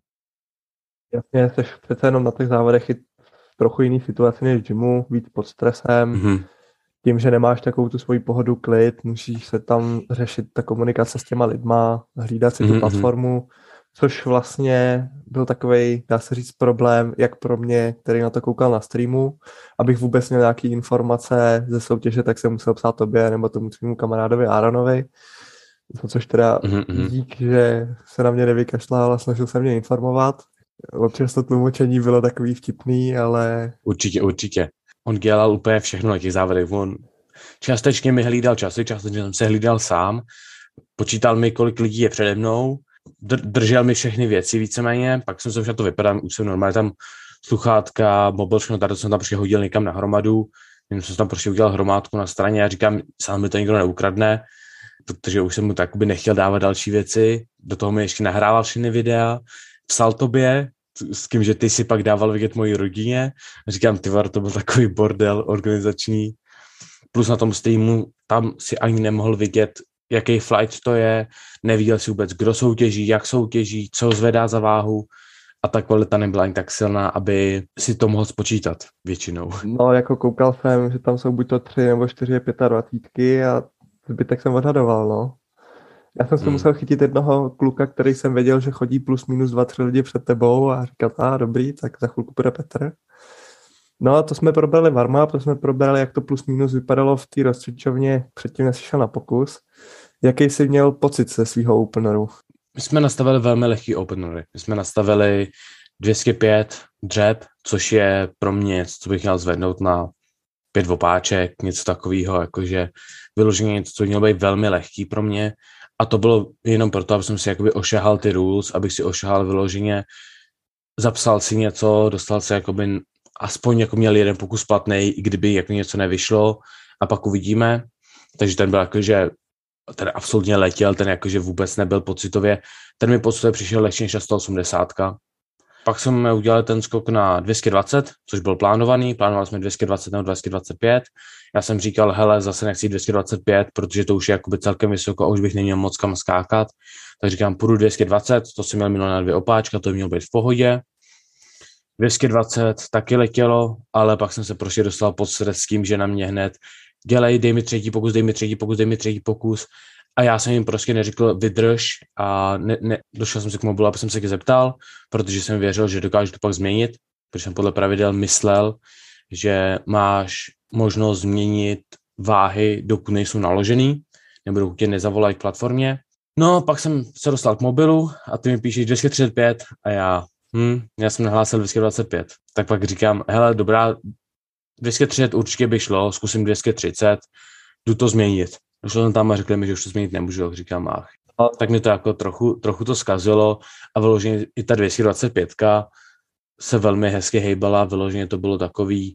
Jasně, jsi přece jenom na těch závodech i trochu jiný situaci než v gymu, víc pod stresem, mm-hmm. tím, že nemáš takovou tu svoji pohodu, klid, musíš se tam řešit ta komunikace s těma lidma, hlídat si mm-hmm. tu platformu, což vlastně byl takovej, dá se říct, problém, jak pro mě, který na to koukal na streamu, abych vůbec měl nějaký informace ze soutěže, tak jsem musel psát tobě nebo tomu svému kamarádovi Aaronovi, což teda mm-hmm. dík, že se na mě nevykašlal a snažil se mě informovat. Občas to tlumočení bylo takový vtipný, ale... Určitě, určitě. On dělal úplně všechno na těch závodech. On částečně mi hlídal časy, částečně jsem se hlídal sám. Počítal mi, kolik lidí je přede mnou. Držel mi všechny věci víceméně. Pak jsem se už na to vypadal, už jsem normálně tam sluchátka, mobil, všechno, tady jsem tam prostě hodil někam na hromadu. Jenom jsem tam prostě udělal hromádku na straně a říkám, sám mi to nikdo neukradne, protože už jsem mu tak nechtěl dávat další věci. Do toho mi ještě nahrával všechny videa. Psal tobě, s tím, že ty si pak dával vidět mojí rodině. Říkám, tyvar, to byl takový bordel organizační. Plus na tom streamu, tam si ani nemohl vidět, jaký flight to je, neviděl si vůbec, kdo soutěží, jak soutěží, co zvedá za váhu a ta kvalita nebyla ani tak silná, aby si to mohl spočítat většinou. No, jako koukal jsem, že tam jsou buď to tři nebo čtyři pětadvacítky a zbytek jsem odhadoval, no. Já jsem se hmm. musel chytit jednoho kluka, který jsem věděl, že chodí plus minus dva, tři lidi před tebou a říkal, a dobrý, tak za chvilku bude Petr. No a to jsme probrali warm-up, to jsme probrali, jak to plus minus vypadalo v té rozcvičovně předtím, než šel na pokus. Jaký jsi měl pocit ze svého openeru? My jsme nastavili velmi lehký openery. My jsme nastavili dvě stě pět dřep, což je pro mě, co bych měl zvednout na pět opáček, něco takového, jakože vyloženě něco, co mělo být velmi lehký pro mě. A to bylo jenom proto, aby jsem si jakoby ošahal ty rules, abych si ošahal vyloženě, zapsal si něco, dostal se jakoby, aspoň jako měl jeden pokus platnej, i kdyby jako něco nevyšlo a pak uvidíme. Takže ten byl jakože, ten absolutně letěl, ten jakože vůbec nebyl pocitově, ten mi pocitově přišel lehčí než sto osmdesát. Pak jsme udělali ten skok na dvě stě dvacet, což byl plánovaný, plánovali jsme dvě stě dvacet nebo dvě stě dvacet pět. Já jsem říkal, hele, zase nechci dvě stě dvacet pět, protože to už je jakoby celkem vysoko a už bych neměl moc kam skákat. Tak říkám, půjdu dvě stě dvacet, to jsem měl minulé na dvě opáčka, to by mělo být v pohodě. dvě stě dvacet taky letělo, ale pak jsem se prostě dostal pod stres s tím, že na mě hned dělej, dej mi třetí pokus, dej mi třetí pokus, dej mi třetí pokus. A já jsem jim prostě neřekl vydrž a ne, ne, došel jsem si k mobilu, aby jsem se tě zeptal, protože jsem věřil, že dokážu to pak změnit, protože jsem podle pravidel myslel, že máš možnost změnit váhy, dokud nejsou naložený, nebo dokud tě nezavolají k platformě. No, pak jsem se dostal k mobilu a ty mi píšeš dvě stě třicet pět a já, hm, já jsem nahlásil dvě stě dvacet pět. Tak pak říkám, hele, dobrá, dvě stě třicet určitě by šlo, zkusím dvě stě třicet, jdu to změnit. Došel jsem tam a řekli mi, že už to změnit nemůžu, tak říkám, ach. Tak mi to jako trochu, trochu to zkazilo a vyloženě i ta dvě stě dvacet pět se velmi hezky hejbala, vyloženě to bylo takový,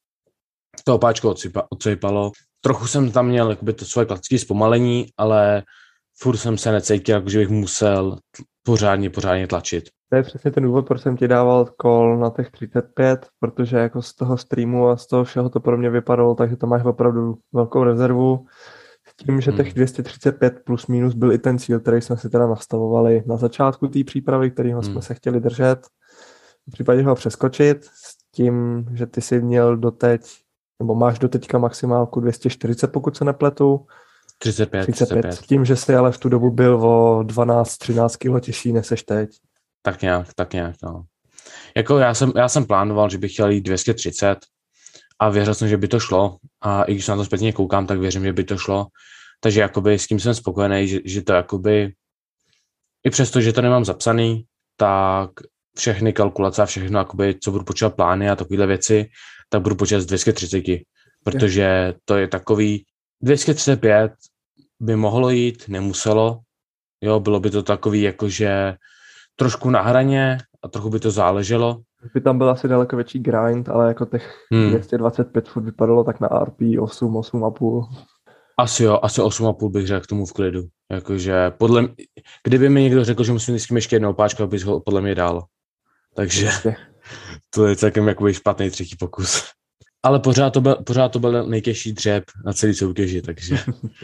to opáčko odsejpalo. Trochu jsem tam měl jakoby to svoje klasické zpomalení, ale furt jsem se necítil, jako že bych musel pořádně, pořádně tlačit. To je přesně ten důvod, proč jsem ti dával call na těch třicet pět, protože jako z toho streamu a z toho všeho to pro mě vypadalo, takže to máš opravdu velkou rezervu. S tím, že těch dvě stě třicet pět plus minus byl i ten cíl, který jsme si teda nastavovali na začátku té přípravy, kterýho hmm. jsme se chtěli držet. V případě ho přeskočit s tím, že ty jsi měl doteď, nebo máš doteďka maximálku dvě stě čtyřicet, pokud se nepletu. třicet pět, třicet pět. S tím, že jsi ale v tu dobu byl o dvanáct třináct kilo těžší, než seš teď. Tak nějak, tak nějak, no. Jako já jsem, já jsem plánoval, že bych chtěl jít dvě stě třicet a věřil jsem, že by to šlo. A i když na to zpětně koukám, tak věřím, že by to šlo. Takže jakoby s tím jsem spokojený, že, že to jakoby, i přesto, že to nemám zapsaný, tak všechny kalkulace a všechno, jakoby, co budu počítat plány a takovéhle věci, tak budu počítat z dvě stě třicet, protože to je takový, dvě stě třicet pět by mohlo jít, nemuselo, jo, bylo by to takový, jakože trošku na hraně a trochu by to záleželo. By tam byl asi daleko větší grind, ale jako těch hmm. dvě stě dvacet pět furt vypadalo tak na R P osm, osm a půl. Asi jo, asi osm a půl bych řekl k tomu v klidu. Jakože podle, kdyby mi někdo řekl, že musím jít s tím ještě jednou páčka, bych ho podle mě dál. Takže to je celkem jakoby špatný třetí pokus. Ale pořád to byl, pořád to byl nejtěžší dřep na celý soutěži, takže.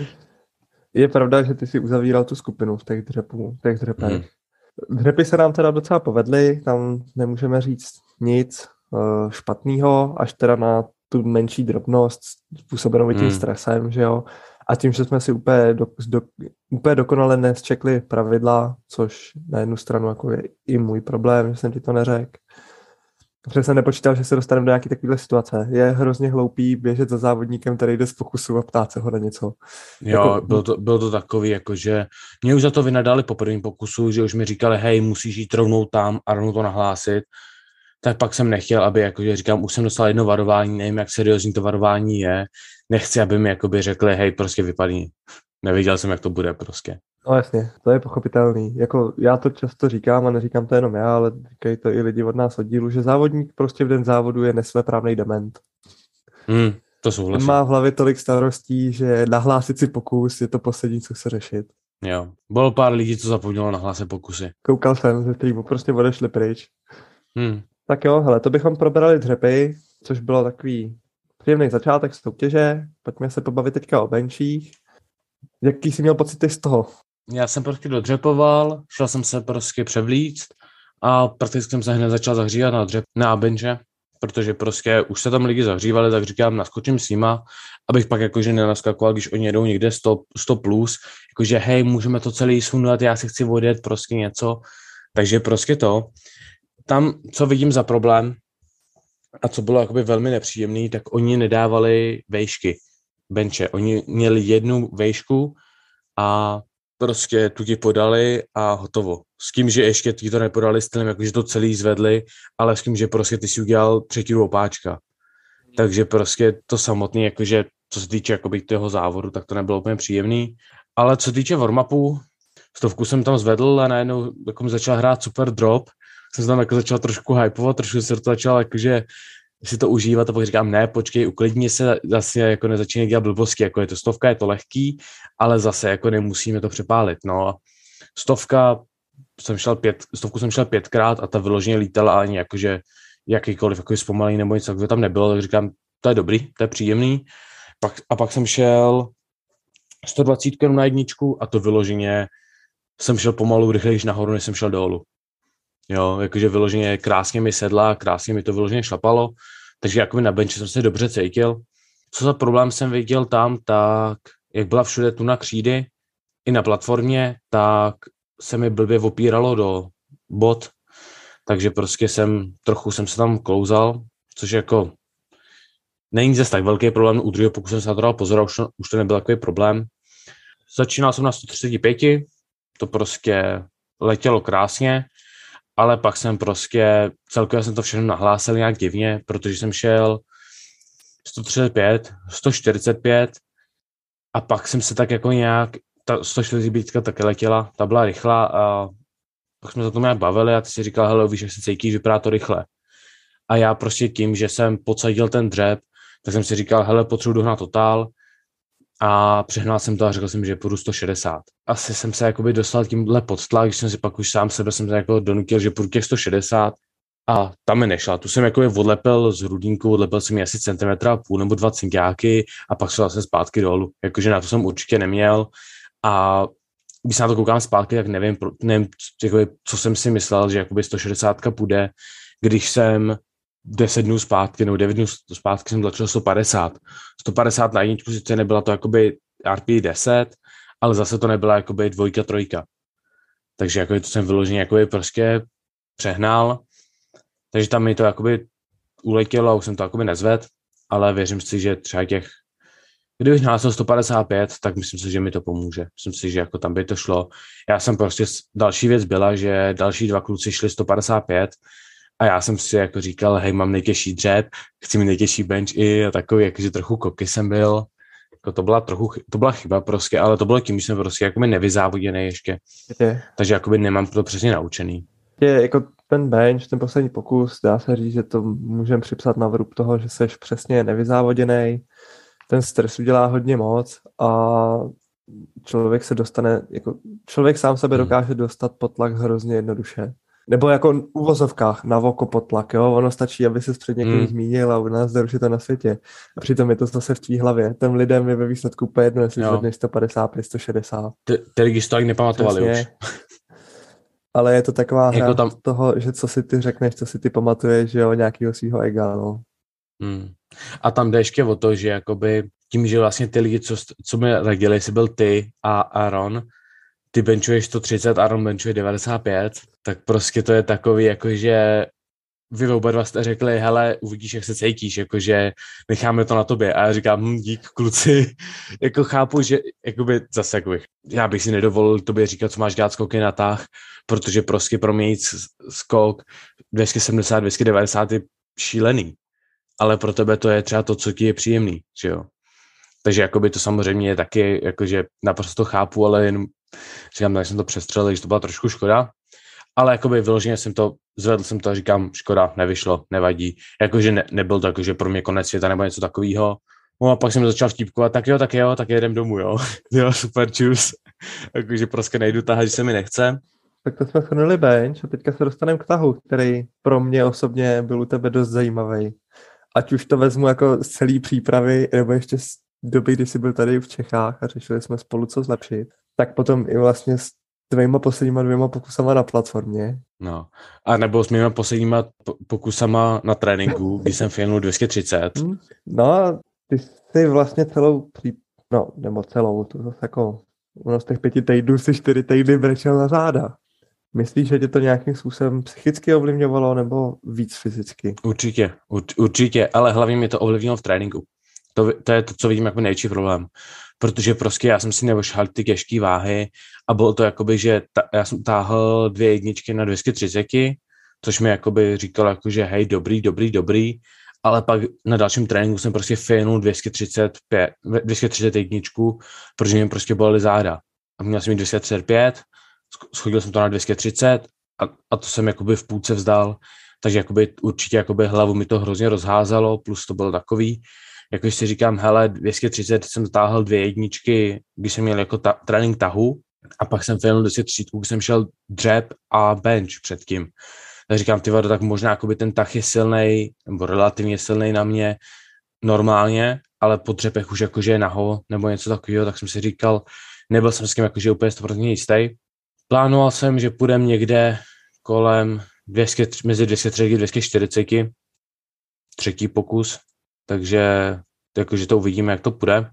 Je pravda, že ty si uzavíral tu skupinu v těch dřepů, v těch dřepech. Hmm. Dřepy se nám teda docela povedly, tam nemůžeme říct nic uh, špatného, až teda na tu menší drobnost způsobenou tím hmm. stresem, že jo. A tím, že jsme si úplně, do, do, úplně dokonale neschekli pravidla, což na jednu stranu jako je i můj problém, že jsem ti to neřekl. Protože jsem nepočítal, že se dostaneme do nějaké takovéhle situace. Je hrozně hloupý běžet za závodníkem, který jde z pokusu a ptát se ho na něco. Jo, jako, bylo, to, bylo to takový, jakože mě už za to vynadali po prvním pokusu, že už mi říkali, hej, musíš jít rovnou tam a rovnou to nahlásit. Tak pak jsem nechtěl, aby, jakože říkám, už jsem dostal jedno varování, nevím, jak seriózní to varování je. Nechci, aby mi jakoby řekli, hej, prostě vypadni. Nevěděl jsem, jak to bude prostě. No jasně, to je pochopitelný. Jako já to často říkám a neříkám to jenom já, ale říkají to i lidi od nás oddílu, že závodník prostě v den závodu je nesvéprávnej dement. Hmm, to souhlasím. Má v hlavě tolik starostí, že nahlásit si pokus je to poslední, co chce řešit. Jo, bylo pár lidí, co zapomnělo nahlásit pokusy. Koukal jsem ze streamu, prostě odešli pryč. Hmm. Tak jo, hele, to bychom probrali dřepy, což bylo takový příjemný začátek soutěže. Pojďme se pobavit teďka o benchích. Jaký jsi měl pocity z toho? Já jsem prostě dodřepoval, šel jsem se prostě převlíct a prakticky jsem se hned začal zahřívat na dřep, na benche, protože prostě už se tam lidi zahřívali, tak říkám, naskočím s nima, abych pak jakože nenaskakoval, když oni jedou někde sto, sto plus, jakože hej, můžeme to celý sundat, já si chci odjet prostě něco, takže prostě to. Tam, co vidím za problém a co bylo jakoby velmi nepříjemný, tak oni nedávali vejšky, benče, oni měli jednu vejšku a prostě tu ti podali a hotovo. S tím, že ještě ti to nepodali stylem, jakože to celý zvedli, ale s tím, že prostě ty si udělal třetinu opáčka. Takže prostě to samotný, jakože co se týče jakoby toho závodu, tak to nebylo úplně příjemný. Ale co se týče warm-upu, stovku jsem tam zvedl a najednou jako začal hrát super drop. Jsem se tam jako začal trošku hypovat, trošku se to začal jakože si to užívat a pak říkám, ne, počkej, uklidni se, zase jako nezačínej dělat blbosti, jako je to stovka, je to lehký, ale zase jako nemusíme to přepálit, no. Stovka jsem šel pět, stovku jsem šel pětkrát a ta vyloženě lítala ani jakože jakýkoliv jako zpomalý nebo něco, tak tam nebylo, tak říkám, to je dobrý, to je příjemný. Pak, a pak jsem šel sto dvacet na jedničku a to vyloženě jsem šel pomalu rychlejší nahoru, než jsem šel dolů. Jo, jakože vyloženě krásně mi sedla, krásně mi to vyloženě šlapalo, takže jakoby na benči jsem se dobře cítil. Co za problém jsem viděl tam, tak jak byla všude tu na křídy, i na platformě, tak se mi blbě opíralo do bod, takže prostě jsem, trochu jsem se tam klouzal, což jako není zase tak velký problém, u druhého pokud jsem se na to dal pozor, už to, už to nebyl takový problém. Začínal jsem na sto třicet pět, to prostě letělo krásně, ale pak jsem prostě, celkově jsem to všechno nahlásil nějak divně, protože jsem šel sto třicet pět, sto čtyřicet pět a pak jsem se tak jako nějak, ta sto čtyřicet pět také letěla, ta byla rychlá a pak jsme se o tom nějak bavili a ty si říkal, hele, víš, jak se cítíš, vypadá to rychle. A já prostě tím, že jsem podsadil ten dřep, tak jsem si říkal, hele, potřebuji dohnat totál a přehnal jsem to a řekl jsem, že půjdu sto šedesát. Asi jsem se jakoby dostal tímhle pod tlak, když jsem si pak už sám sebe jsem se jako donutil, že půjdu těch sto šedesát a tam mi nešla. Tu jsem jakoby odlepil z hrudníku, odlepil jsem ji asi centimetra a půl nebo dva cinkáky a pak šel jsem zpátky dolů. Jakože na to jsem určitě neměl a když se na to koukám zpátky, tak nevím, nevím jakoby, co jsem si myslel, že jakoby sto šedesát půjde, když jsem deset dnů zpátky, nebo devět dnů zpátky jsem začal sto padesát. sto padesát na jedničku sice nebyla to jakoby R P deset, ale zase to nebyla jakoby dvojka, trojka. Takže jakoby to jsem vyloženě jakoby prostě přehnal. Takže tam mi to jakoby uletělo a už jsem to jakoby nezvedl, ale věřím si, že třeba těch, kdybych násel sto padesát pět, tak myslím si, že mi to pomůže. Myslím si, že jako tam by to šlo. Já jsem prostě, další věc byla, že další dva kluci šli sto padesát pět a já jsem si jako říkal, hej, mám nejtěžší dřep, chci mít nejtěžší bench i a takový, jakože trochu koky jsem byl. Jako to byla trochu, to byla chyba prostě, ale to bylo tím, že jsem prostě jakoby nevyzávoděný ještě. Je. Takže jakoby nemám to přesně naučený. Je, jako ten bench, ten poslední pokus, dá se říct, že to můžeme připsat na vrub toho, že seš přesně nevyzávoděný. Ten stres udělá hodně moc a člověk se dostane, jako člověk sám sebe dokáže dostat pod tlak hrozně jednoduše. Nebo jako v uvozovkách na oko pod tlak, jo, ono stačí, aby se před někým hmm. zmínil a u nás už je to na světě. A přitom je to zase v tvý hlavě. Těm lidem je ve výsledku úplně jedno, jestli zvedneš sto padesát pět, sto šedesát. Ty, ty lidi to ani nepamatovali už. Ale je to taková hra jako tam... toho, že co si ty řekneš, co si ty pamatuješ, že jo, nějakýho svýho ega, no. Hmm. A tam jde ještě o to, že jakoby tím, že vlastně ty lidi, co, co mi radili, jestli byl ty a Aaron, ty benchuješ sto třicet, Aaron benchuje devadesát pět, tak prostě to je takový, jakože vy oba dva jste řekli, hele, uvidíš, jak se cítíš, jakože necháme to na tobě. A já říkám, hm, dík, kluci, jako chápu, že jakoby zase jakoby, já bych si nedovolil tobě říkat, co máš dělat skoky na tah, protože prostě pro mě jít skok dvě stě sedmdesát, dvě stě devadesát je šílený, ale pro tebe to je třeba to, co ti je příjemný, že jo. Takže jakoby to samozřejmě je taky, jakože naprosto chápu, ale jen říkám, tak jsem to přestřelil, že to byla trošku škoda, ale jakoby vyloženě jsem to, zvedl jsem to a říkám, škoda, nevyšlo, nevadí, jakože ne, nebyl to jakože pro mě konec světa nebo něco takového. No a pak jsem začal vtípkovat, tak jo, tak jo, tak jedem domů, jo. Jo, super, čus. Jakože prostě nejdu tahat, že se mi nechce. Tak to jsme shrnuli bench a teďka se dostaneme k tahu, který pro mě osobně byl u tebe dost zajímavý. Ať už to vezmu jako z celý přípravy, nebo ještě z doby, kdy jsi byl tady v Čechách a řešili jsme spolu, co zlepšit, tak potom i vlastně s tvýma posledníma dvěma pokusama na platformě. No, a nebo s mýma posledníma pokusama na tréninku, kdy jsem failnul dvě stě třicet. No a ty jsi vlastně celou, pří... no, nebo celou, to zase jako, ono z těch pěti týdnů si čtyři týdny brečel na záda. Myslíš, že tě to nějakým způsobem psychicky ovlivňovalo nebo víc fyzicky? Určitě, ur- určitě, ale hlavně mě to ovlivnilo v tréninku. To, to je to, co vidím jako největší problém. Protože prostě já jsem si nevošhal ty těžké váhy a bylo to jakoby, že ta, já jsem táhl dvě jedničky na dvě stě třicet, což mi jakoby říkalo jako, že hej, dobrý, dobrý, dobrý, ale pak na dalším tréninku jsem prostě failnul dvě stě třicet pět, dvě stě třicet jedničku, protože mě prostě bolely záda. A měl jsem mít dvě stě třicet pět, schodil jsem to na dvě stě třicet a, a to jsem jakoby v půlce vzdal, takže jakoby určitě jakoby hlavu mi to hrozně rozházalo, plus to bylo takový, jako si říkám, hele, dvě stě třicet jsem dotáhl dvě jedničky, když jsem měl jako ta, trénink tahu a pak jsem failnul dvě stě třicet, když jsem šel dřep a bench předtím. Tak říkám, ty vado, tak možná jakoby ten tah je silnej, nebo relativně silnej na mě normálně, ale po dřepech už jakože je naho, nebo něco takového, tak jsem si říkal, nebyl jsem s tím jakože úplně sto procent jistý. Plánoval jsem, že půjdem někde kolem dvě stě, mezi dvě stě třicet a dvě stě čtyřicet, třetí pokus, takže jakože to uvidíme, jak to půjde.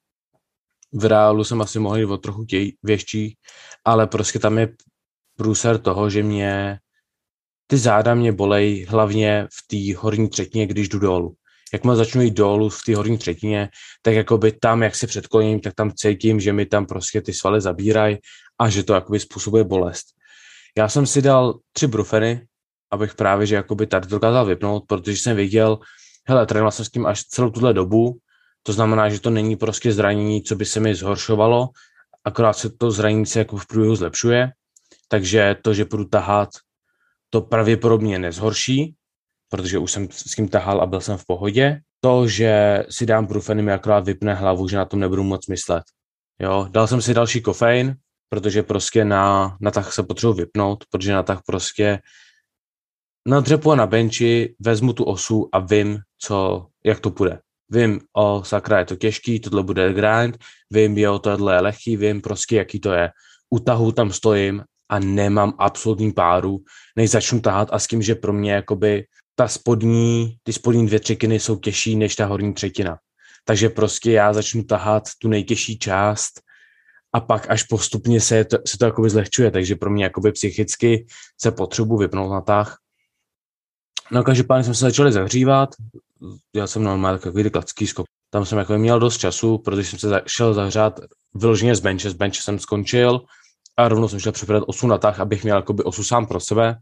V reálu jsem asi mohl jít o trochu těj, větší, ale prostě tam je průser toho, že mě ty záda mě bolej hlavně v té horní třetině, když jdu dolů. Jakmile začnu jít dolů v té horní třetině, tak jakoby tam, jak se předkloním, tak tam cítím, že mi tam prostě ty svaly zabírají a že to jakoby způsobuje bolest. Já jsem si dal tři brufeny, abych právě, že jakoby tady dokázal vypnout, protože jsem viděl, hele, trénoval jsem s tím až celou tuhle dobu, to znamená, že to není prostě zranění, co by se mi zhoršovalo, akorát se to zranění se jako v průběhu zlepšuje, takže to, že budu tahat, to pravděpodobně nezhorší, protože už jsem s kým tahal a byl jsem v pohodě. To, že si dám brufeny, mi akorát vypne hlavu, že na tom nebudu moc myslet. Jo, dal jsem si další kofein, protože prostě na, na tah se potřebuji vypnout, protože na tah prostě na dřepu a na benči vezmu tu osu a vím, co, jak to půjde. Vím, o sakra, je to těžký, tohle bude grind, vím, jo, tohle je lehký, vím prostě, jaký to je. U tahu tam stojím a nemám absolutní páru, než začnu tahat a s tím, že pro mě jakoby ta spodní, ty spodní dvě třetiny jsou těžší než ta horní třetina. Takže prostě já začnu tahat tu nejtěžší část a pak až postupně se to, se to jakoby zlehčuje, takže pro mě jakoby psychicky se potřebuji vypnout na tah. No každopádně jsme se začali zahřívat, já jsem normálně takový klacký skok. Tam jsem jako měl dost času, protože jsem se šel zahřát vyloženě z benče, z benče jsem skončil a rovnou jsem šel připravat osu na tah, abych měl jakoby osu sám pro sebe.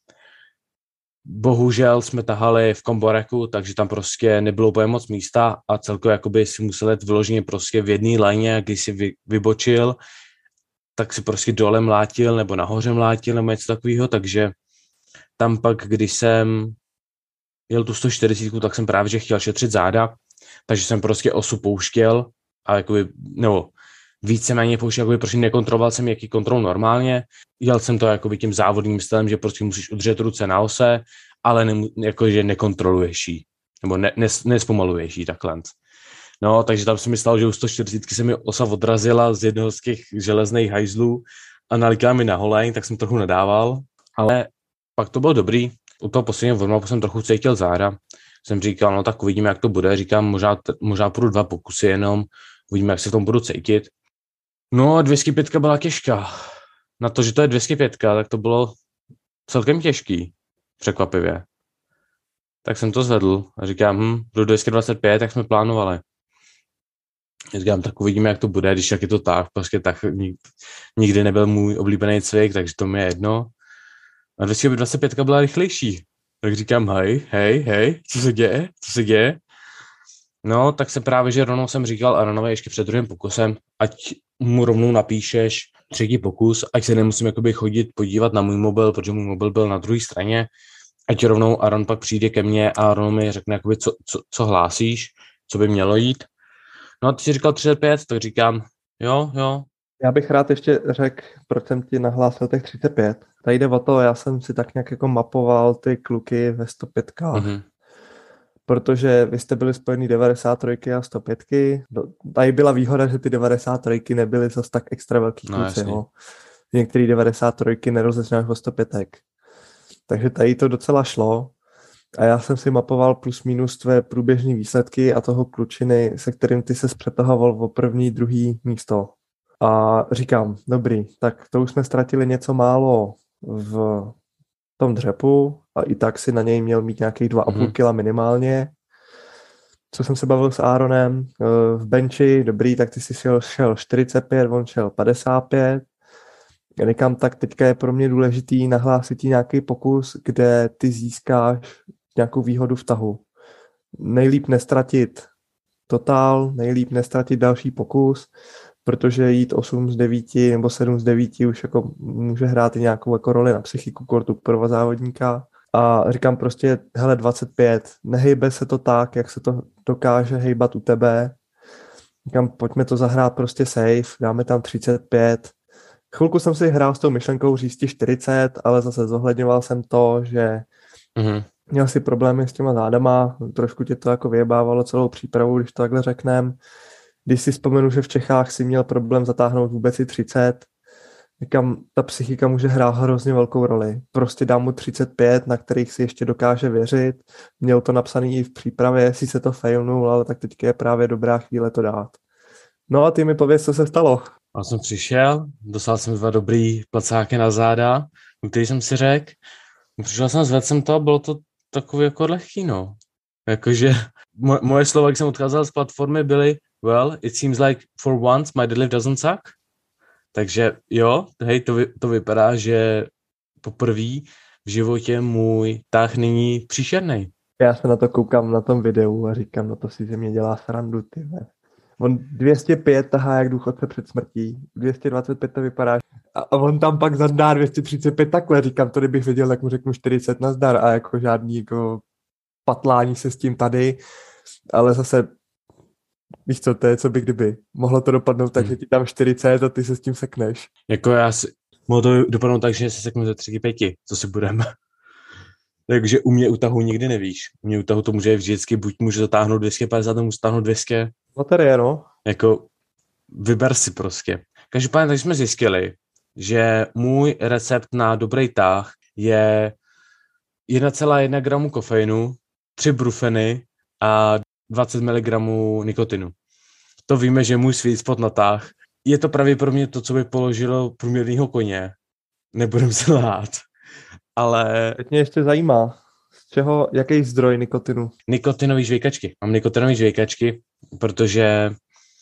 Bohužel jsme tahali v komboreku, takže tam prostě nebylo úplně moc místa a celkově jakoby si musel jít vyloženě prostě v jedné lajně, když si vy, vybočil, tak si prostě dole mlátil nebo nahoře mlátil nebo něco takového, takže tam pak, když jsem jel tu sto čtyřicet, tak jsem právě že chtěl šetřit záda, takže jsem prostě osu pouštěl a jakoby, nebo víceméně pouštěl, jakoby prostě nekontroloval jsem jaký kontrol normálně, jel jsem to jakoby tím závodním stylem, že prostě musíš udržet ruce na ose, ale ne, jakože nekontroluješ jí, nebo ne, nes, nespomaluješ jí takhle. No, takže tam jsem myslel, že u sto čtyřicet se mi osa odrazila z jednoho z těch železných hajzlů a nalikala mi na holeň, tak jsem trochu nadával, ale pak to bylo dobrý. U toho posledního warm-upu jsem trochu cítil záda. Jsem říkal, no tak uvidíme, jak to bude. Říkám, možná, možná půjdu dva pokusy jenom. Uvidíme, jak se v tom budu cítit. No a dvě stě pět byla těžká. Na to, že to je dvě stě pět, tak to bylo celkem těžký. Překvapivě. Tak jsem to zvedl a říkám, hm, do dvě stě dvacet pět, jak jsme plánovali. Říkám, tak uvidíme, jak to bude, když jak je to tak. Prostě tak nikdy nebyl můj oblíbený cvik, takže to mi je jedno. A dvě stě dvacet pět byla rychlejší. Tak říkám, hej, hej, hej, co se děje, co se děje? No, tak se právě, že rovnou jsem říkal Aaronovi ještě před druhým pokusem, ať mu rovnou napíšeš třetí pokus, ať se nemusím jakoby chodit podívat na můj mobil, protože můj mobil byl na druhé straně, ať rovnou Aaron pak přijde ke mně a Aaron mi řekne, jakoby, co, co, co hlásíš, co by mělo jít. No a ty jsi říkal třicet pět, tak říkám, jo, jo. Já bych rád ještě řekl, proč jsem ti nahlásil těch třicet pět. Tady jde o to, já jsem si tak nějak jako mapoval ty kluky ve sto pět, mm-hmm. protože vy jste byli spojený devadesát tři a sto pět. Tady byla výhoda, že ty devadesát tři nebyly zase tak extra velký kluci. No, některý devadesát tři nerozečnáš o sto pět. Takže tady to docela šlo. A já jsem si mapoval plus minus tvé průběžné výsledky a toho klučiny, se kterým ty se přetahoval o první, druhý místo. A říkám, dobrý, tak to už jsme ztratili něco málo v tom dřepu a i tak si na něj měl mít nějakých dva a půl kila minimálně. Co jsem se bavil s Aaronem v benči, dobrý, tak ty si šel, šel čtyřicet pět, on šel padesát pět. Já říkám, tak teďka je pro mě důležitý nahlásit ti nějaký pokus, kde ty získáš nějakou výhodu v tahu. Nejlíp nestratit totál, nejlíp nestratit další pokus, protože jít osm z devíti nebo sedm z devíti už jako může hrát i nějakou jako roli na psychiku kortu pro závodníka. A říkám prostě, hele, dvacet pět, nehejbe se to tak, jak se to dokáže hejbat u tebe. Říkám, pojďme to zahrát prostě safe, dáme tam třicet pět. Chvilku jsem si hrál s tou myšlenkou říct čtyřicet, ale zase zohledňoval jsem to, že mm-hmm. měl si problémy s těma zádama, trošku tě to jako vyjebávalo celou přípravu, když to takhle řeknem. Když si vzpomenu, že v Čechách si měl problém zatáhnout vůbec i třicet, říkám, ta psychika může hrát hrozně velkou roli. Prostě dám mu třicet pět, na kterých si ještě dokáže věřit. Měl to napsaný i v přípravě, jestli se to failnul, ale tak teďka je právě dobrá chvíle to dát. No a ty mi pověz, co se stalo. Já jsem přišel, dostal jsem dva dobrý placáky na záda, u kterých jsem si řekl, přišel jsem, zvedl jsem to a bylo to takový jako lehký, no. Jakože mo- moje slova, když jsem odcházel z platformy, byly well, it seems like for once my deadlift doesn't suck. Takže jo, hej, to, vy, to vypadá, že poprvé v životě můj tah není příšerný. Já se na to koukám na tom videu a říkám, no to si ze mě dělá srandu, ty ne. On dvě stě pět tahá jak důchodce před smrtí, dvě stě dvacet pět to vypadá a, a on tam pak zadá dvě stě třicet pět takhle, říkám, to kdybych viděl, tak mu řeknu čtyřicet nazdar a jako žádný jako patlání se s tím tady, ale zase víš co, to je co by kdyby. Mohlo to dopadnout tak, hmm. že ti tam čtyřicet a ty se s tím sekneš. Jako já si, mohlo to dopadnout tak, že se seknu ze tři pěti, co si budeme. Takže u mě utahu nikdy nevíš. U mě utahu to může vždycky, buď může zatáhnout dvě stě padesát, nebo může zatáhnout dvě stě. Loterie, no. Jako vyber si prostě. Každopádně tak jsme zjistili, že můj recept na dobrý tah je jedna celá jedna gramu kofeinu, tři brufeny a dvacet miligramů nikotinu. To víme, že je můj sweet spot na tah. Je to pravděpodobně to, co by položilo průměrného koně. Nebudem se lhát. Ale... Teď mě ještě zajímá, z čeho, jaký zdroj nikotinu? Nikotinový žvejkačky. Mám nikotinové žvejkačky, protože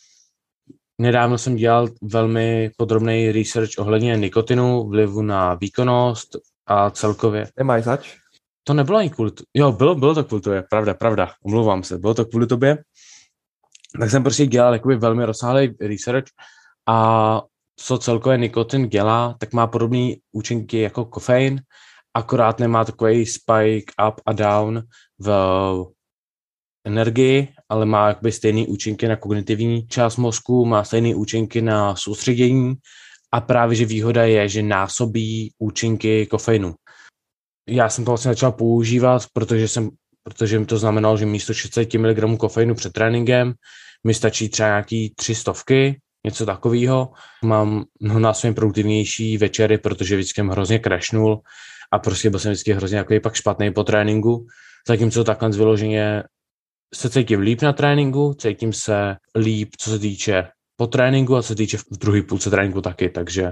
nedávno jsem dělal velmi podrobný research ohledně nikotinu, vlivu na výkonnost a celkově. Nemáš zač? To nebylo ani kvůli... Jo, bylo, bylo to kvůli tobě, pravda, pravda, omlouvám se, bylo to kvůli tobě. Tak jsem prostě dělal jakoby velmi rozsáhlý research a co celkově nikotin dělá, tak má podobné účinky jako kofein, akorát nemá takový spike up a down v energii, ale má jakoby stejné účinky na kognitivní část mozku, má stejné účinky na soustředění a právě, že výhoda je, že násobí účinky kofeinu. Já jsem to vlastně začal používat, protože, jsem, protože mi to znamenalo, že místo šedesát miligramů kofeinu před tréninkem mi stačí třeba nějaký tři stovky, něco takového. Mám mnohonásobně produktivnější večery, protože vždycky jsem hrozně crashnul a prostě byl jsem vždycky hrozně takový pak špatný po tréninku. Zatímco takhle vyloženě se cítím líp na tréninku, cítím se líp, co se týče po tréninku a co se týče v druhé půlce tréninku taky, takže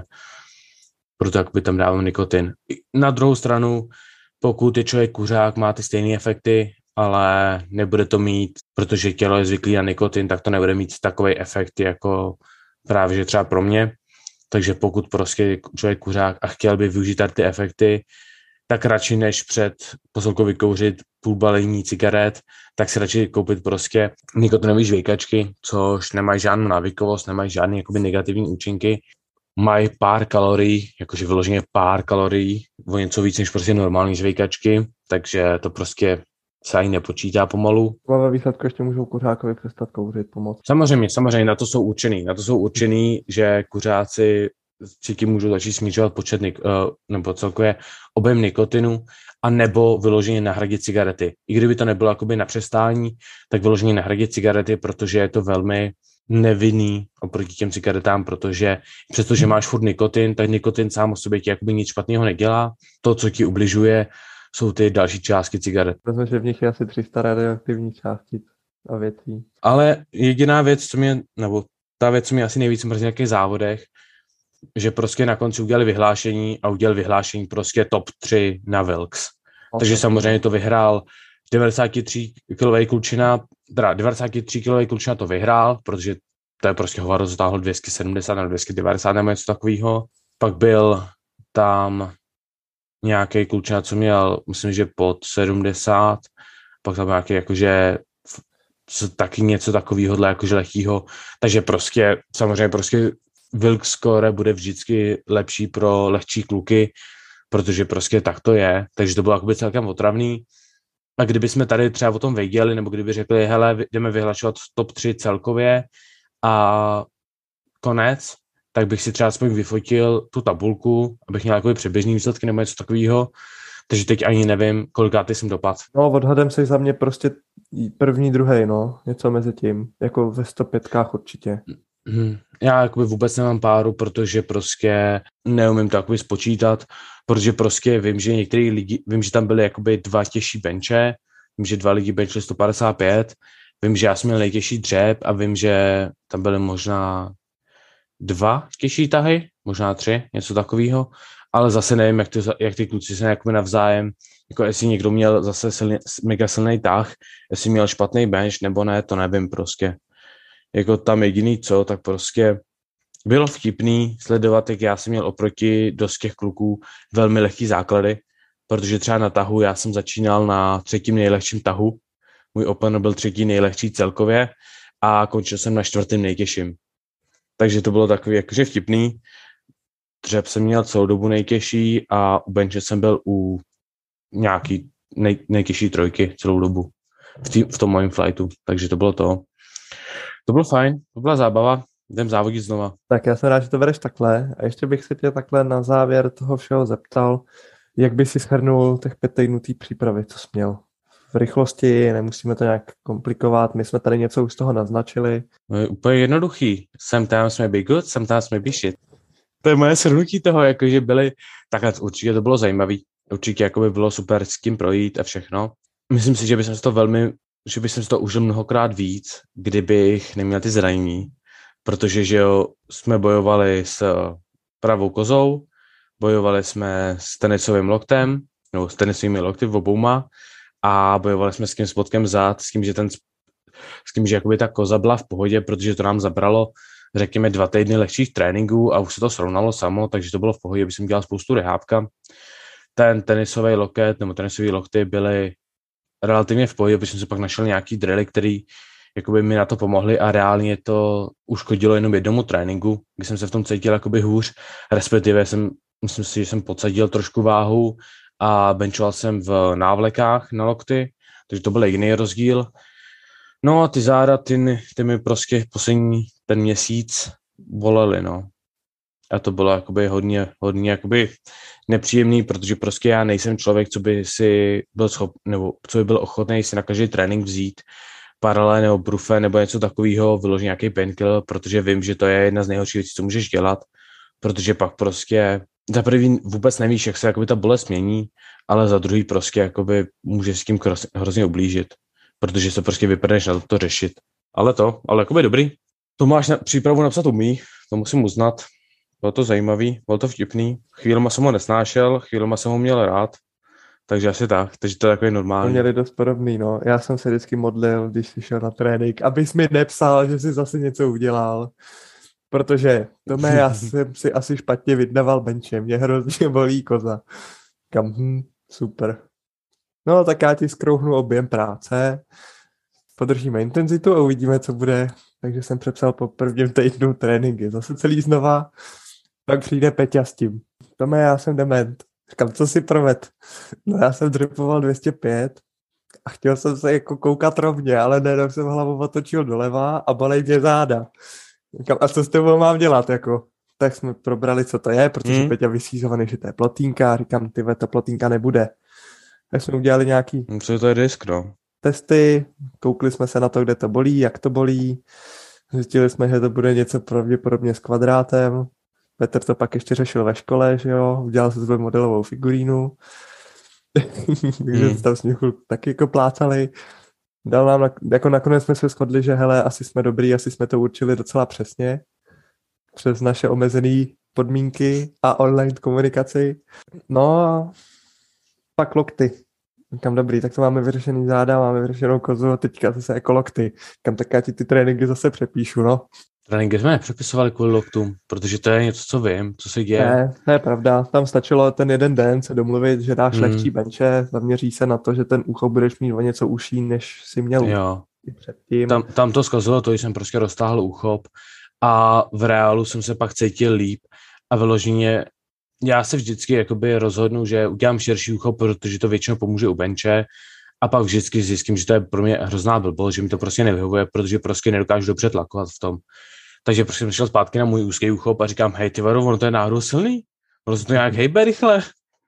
proto jakoby tam dávám nikotin. Na druhou stranu, pokud je člověk kuřák, má ty stejné efekty, ale nebude to mít, protože tělo je zvyklý na nikotin, tak to nebude mít takový efekt jako právě že třeba pro mě. Takže pokud prostě člověk kuřák a chtěl by využít ty efekty, tak radši než před posilkou vykouřit půl balení cigaret, tak si radši koupit prostě nikotinové žvejkačky, což nemají žádnou návykovost, nemají žádné jakoby negativní účinky. Mají pár kalorií, jakože vyloženě pár kalorií, o něco víc než prostě normální žvejkačky, takže to prostě se ani nepočítá pomalu. A ve výsledku ještě můžou kuřákovi přestat kouřit pomoct. Samozřejmě, samozřejmě, na to jsou určený. Na to jsou určený, že kuřáci si tím můžou začít snižovat počet nik- nebo celkově objem nikotinu a nebo vyloženě nahradit cigarety. I kdyby to nebylo jakoby na přestání, tak vyloženě nahradit cigarety, protože je to velmi nevinný oproti těm cigaretám, protože přestože máš furt nikotin, tak nikotin sám o sobě ti jakoby nic špatného nedělá. To, co ti ubližuje, jsou ty další částky cigaret. Protože v nich je asi tři sta radioaktivní části a věcí. Ale jediná věc, co mě, nebo ta věc, co mě asi nejvíc mrzí na nějakých závodech, že prostě na konci udělali vyhlášení a udělali vyhlášení prostě top tři na Wilks. Okay. Takže samozřejmě to vyhrál devadesát tři kilový klučina, teda devadesát tři kilový klučina to vyhrál, protože to je prostě hovado, zatáhl dvě stě sedmdesát nebo dvě stě devadesát nebo něco takového. Pak byl tam nějaký klučina, co měl, myslím, že pod sedmdesát, pak tam nějaký jakože taky něco takového, jakože lehkýho, takže prostě samozřejmě prostě Wilk score bude vždycky lepší pro lehčí kluky, protože prostě tak to je, takže to bylo jakoby celkem otravný. A kdyby jsme tady třeba o tom věděli, nebo kdyby řekli, hele, jdeme vyhlašovat top tři celkově a konec, tak bych si třeba aspoň vyfotil tu tabulku, abych měl jakoby předběžný výsledky nebo něco takového, takže teď ani nevím, kolikátý jsem dopad. No, odhadem se za mě prostě první, druhý, no, něco mezi tím, jako ve sto pětkách určitě. Hmm. Já jakoby vůbec nemám páru, protože prostě neumím to jakoby spočítat, protože prostě vím, že některý lidi, vím, že tam byly jakoby dva těžší benče, vím, že dva lidi benchli sto padesát pět, vím, že já jsem měl nejtěžší dřep a vím, že tam byly možná dva těžší tahy, možná tři, něco takového, ale zase nevím, jak, to, jak ty kluci se jakoby navzájem, jako jestli někdo měl zase silný, mega silný tah, jestli měl špatný bench nebo ne, to nevím prostě. Jako tam jediný co, tak prostě bylo vtipný sledovat, jak já jsem měl oproti dost těch kluků velmi lehký základy, protože třeba na tahu já jsem začínal na třetím nejlehčím tahu, můj opener byl třetí nejlehčí celkově a končil jsem na čtvrtým nejtěžším. Takže to bylo takový jakože vtipný. Dřep jsem měl celou dobu nejtěžší a u benče jsem byl u nějaký nej, nejtěžší trojky celou dobu v, tý, v tom mojím flightu, takže to bylo to. To bylo fajn, to byla zábava, jdem závodit znova. Tak já jsem rád, že to bereš takhle a ještě bych se tě takhle na závěr toho všeho zeptal, jak by si shrnul těch pět týdnů té přípravy, co jsi měl? V rychlosti, nemusíme to nějak komplikovat, my jsme tady něco už z toho naznačili. No je úplně jednoduchý. Sometimes may be good, sometimes may be shit. To je moje shrnutí toho, jakože byly, takhle určitě to bylo zajímavý, určitě jako by bylo super s tím projít a všechno. Myslím si, že bych to velmi, že bych si to užil mnohokrát víc, kdybych neměl ty zranění, protože že jo, jsme bojovali s pravou kozou, bojovali jsme s tenisovým loktem, nebo s tenisovými lokty v obouma a bojovali jsme s tím spodkem zad, s tím, že ten, s tím, že jakoby ta koza byla v pohodě, protože to nám zabralo, řekněme, dva týdny lehčích tréninků a už se to srovnalo samo, takže to bylo v pohodě, bych jsem dělal spoustu rehábka. Ten tenisový loket nebo tenisový lokty byly relativně v pohodě, protože jsem si pak našel nějaký drily, který jakoby mi na to pomohly a reálně to uškodilo jenom jednomu tréninku, kdy jsem se v tom cítil jakoby hůř, respektive jsem, myslím si, že jsem podsadil trošku váhu a benchoval jsem v návlekách na lokty, takže to byl jiný rozdíl. No a ty záda, ty, ty mi prostě poslední ten měsíc bolely, no. A to bylo jakoby hodně, hodně jakoby nepříjemný, protože prostě já nejsem člověk, co by si byl schop, nebo co by byl ochotný si na každý trénink vzít paralel nebo brufen nebo něco takového, vyložit nějaký painkiller, protože vím, že to je jedna z nejhorších věcí, co můžeš dělat, protože pak prostě za prvý vůbec nevíš, jak se jakoby ta bolest mění, ale za druhý prostě jakoby můžeš s tím hrozně ublížit, protože se prostě vyprdneš na to, to řešit. Ale to, ale jakoby dobrý. To máš na přípravu napsat umí, to musím uznat. Bylo to zajímavý, bylo to vtipný. Chvílema jsem ho nesnášel, chvílema jsem ho měl rád, takže asi tak, takže to je takový normální. To měli dost podobný, no. Já jsem se vždycky modlil, když jsi šel na trénink, abys mi nepsal, že jsi zase něco udělal. Protože, Tome, já jsem si asi špatně vydával benchem, mě hrozně bolí koza. Kam, hm, super. No, tak já ti zkrouhnu objem práce, podržíme intenzitu a uvidíme, co bude. Takže jsem přepsal po prvním týdnu tréninky. Zase celý znova, pak přijde Peťa s tím. Tome, já jsem dement. Říkám, co si proved? No já jsem dripoval dvě stě pět a chtěl jsem se jako koukat rovně, ale ne, jsem hlavu otočil doleva a bolej mě záda. Říkám, a co s tebou mám dělat, jako? Tak jsme probrali, co to je, protože hmm. Peťa vysízovaný, že to je plotínka. Říkám, tyve, to plotínka nebude. Tak jsme udělali nějaký co to je disk, no? testy, koukli jsme se na to, kde to bolí, jak to bolí. Zjistili jsme, že to bude něco pravděpodobně s kvadrátem. Petr to pak ještě řešil ve škole, že jo, udělal se svou modelovou figurínu. Takže hmm. tam jsme taky jako plácali. Dal nám, jako nakonec jsme se shodli, že hele, asi jsme dobrý, asi jsme to určili docela přesně. Přes naše omezené podmínky a online komunikaci. No a pak lokty. Kam dobrý, tak to máme vyřešený záda, máme vyřešenou kozu a teďka zase jako lokty. Kam tak já ti ty tréninky zase přepíšu, no. Tréninky jsme nepřepisovali kvůli loktům, protože to je něco, co vím, co se děje. Ne, to je pravda. Tam stačilo ten jeden den se domluvit, že dáš hmm. lehčí benče, zaměří se na to, že ten úchop budeš mít o něco uší, než si měl jo. předtím. Tam, tam to zkazilo to, že jsem prostě roztáhl úchop a v reálu jsem se pak cítil líp a vyloženě já se vždycky jakoby rozhodnu, že udělám širší úchop, protože to většinou pomůže u benče a pak vždycky zjistím, že to je pro mě hrozná blbost, že mi to prostě nevyhovuje, protože prostě nedokážu dobře tlakovat v tom. Takže prostě jsem šel zpátky na můj úzký úchop a říkám, hej, ty vado, ono to je náhodou silný? Ono to nějak hejbe rychle.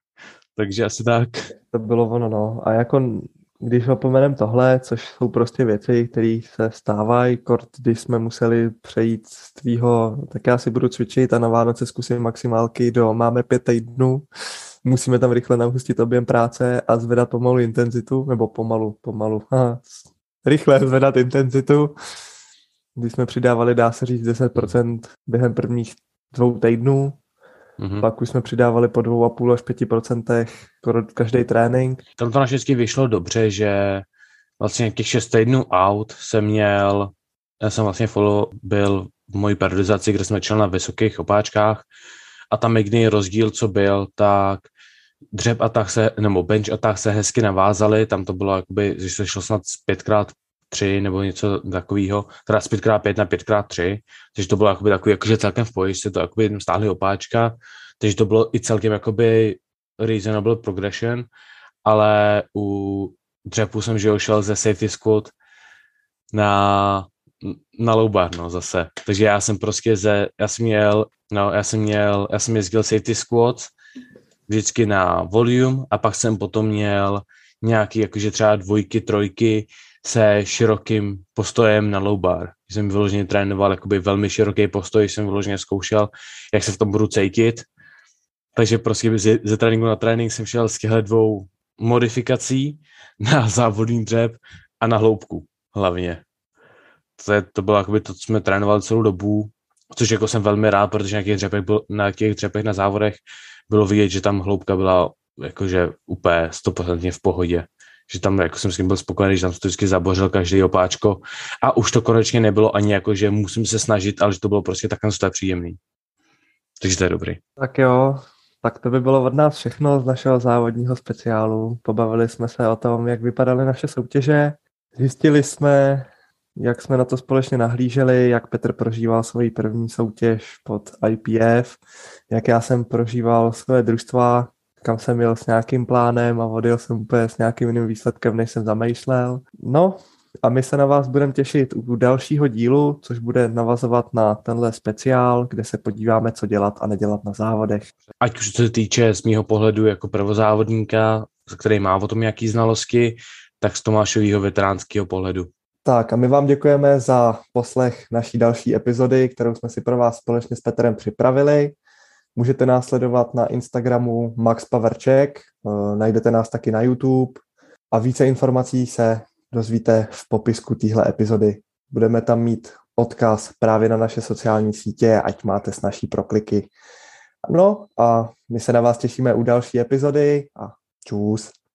Takže asi tak. To bylo ono, no. A jako, když opomenem tohle, což jsou prostě věci, které se stávají, kort, když jsme museli přejít z tvýho, tak já si budu cvičit a na Vánoce zkusím maximálky do máme pět týdnů. Musíme tam rychle nahustit objem práce a zvedat pomalu intenzitu, nebo pomalu, pomalu, aha, rychle zvedat intenzitu. Když jsme přidávali, dá se říct, deset procent během prvních dvou týdnů, mm-hmm. pak už jsme přidávali po dvou a půl až pěti procentech každý trénink. Tam to naštěstí vyšlo dobře, že vlastně těch šest týdnů out jsem měl, já jsem vlastně follow byl v mojí periodizaci, kde jsme čel na vysokých opáčkách a tam jediný rozdíl, co byl, tak dřep a tah se, nebo bench a tah se hezky navázali, tam to bylo jakoby, že se šlo snad z pětkrát tři nebo něco takového, teda z pět krát pět na pět krát tři, takže to bylo jakoby takový, jakože celkem v pohodě, to jakoby stáhli opáčka, takže to bylo i celkem jakoby reasonable progression ale u dřepu jsem, že šel ze safety squat na, na low bar, no, zase. Takže já jsem prostě ze, já jsem měl, no, já jsem měl, já jsem jezdil safety squat vždycky na volume a pak jsem potom měl nějaký, jakože třeba dvojky, trojky se širokým postojem na low bar. Jsem vyloženě trénoval jakoby velmi široký postoj, jsem vyloženě zkoušel, jak se v tom budu cítit. Takže prostě ze, ze tréninku na trénink jsem šel z těchto dvou modifikací na závodní dřep a na hloubku hlavně. To, je, to bylo jakoby to, co jsme trénovali celou dobu, což jako jsem velmi rád, protože na těch dřepech, byl, na těch dřepech na závodech bylo vidět, že tam hloubka byla jakože úplně sto procent v pohodě. Že tam jako jsem s tím byl spokojený, že tam se to vždycky zabořil každý opáčko a už to konečně nebylo ani jako, že musím se snažit, ale že to bylo prostě takhle to je příjemný. Takže to je dobrý. Tak jo, tak to by bylo od nás všechno z našeho závodního speciálu. Pobavili jsme se o tom, jak vypadaly naše soutěže. Zjistili jsme, jak jsme na to společně nahlíželi, jak Petr prožíval svoji první soutěž pod I P F, jak já jsem prožíval své družstva, kam jsem jel s nějakým plánem a odjel jsem úplně s nějakým jiným výsledkem, než jsem zamýšlel. No a my se na vás budeme těšit u dalšího dílu, což bude navazovat na tenhle speciál, kde se podíváme, co dělat a nedělat na závodech. Ať už se týče z mýho pohledu jako prvozávodníka, který má o tom nějaký znalosti, tak z Tomášovýho veteránského pohledu. Tak a my vám děkujeme za poslech naší další epizody, kterou jsme si pro vás společně s Petrem připravili. Můžete nás sledovat na Instagramu Max Paverček, najdete nás taky na YouTube a více informací se dozvíte v popisku téhle epizody. Budeme tam mít odkaz právě na naše sociální sítě, ať máte snazší prokliky. No a my se na vás těšíme u další epizody a čus.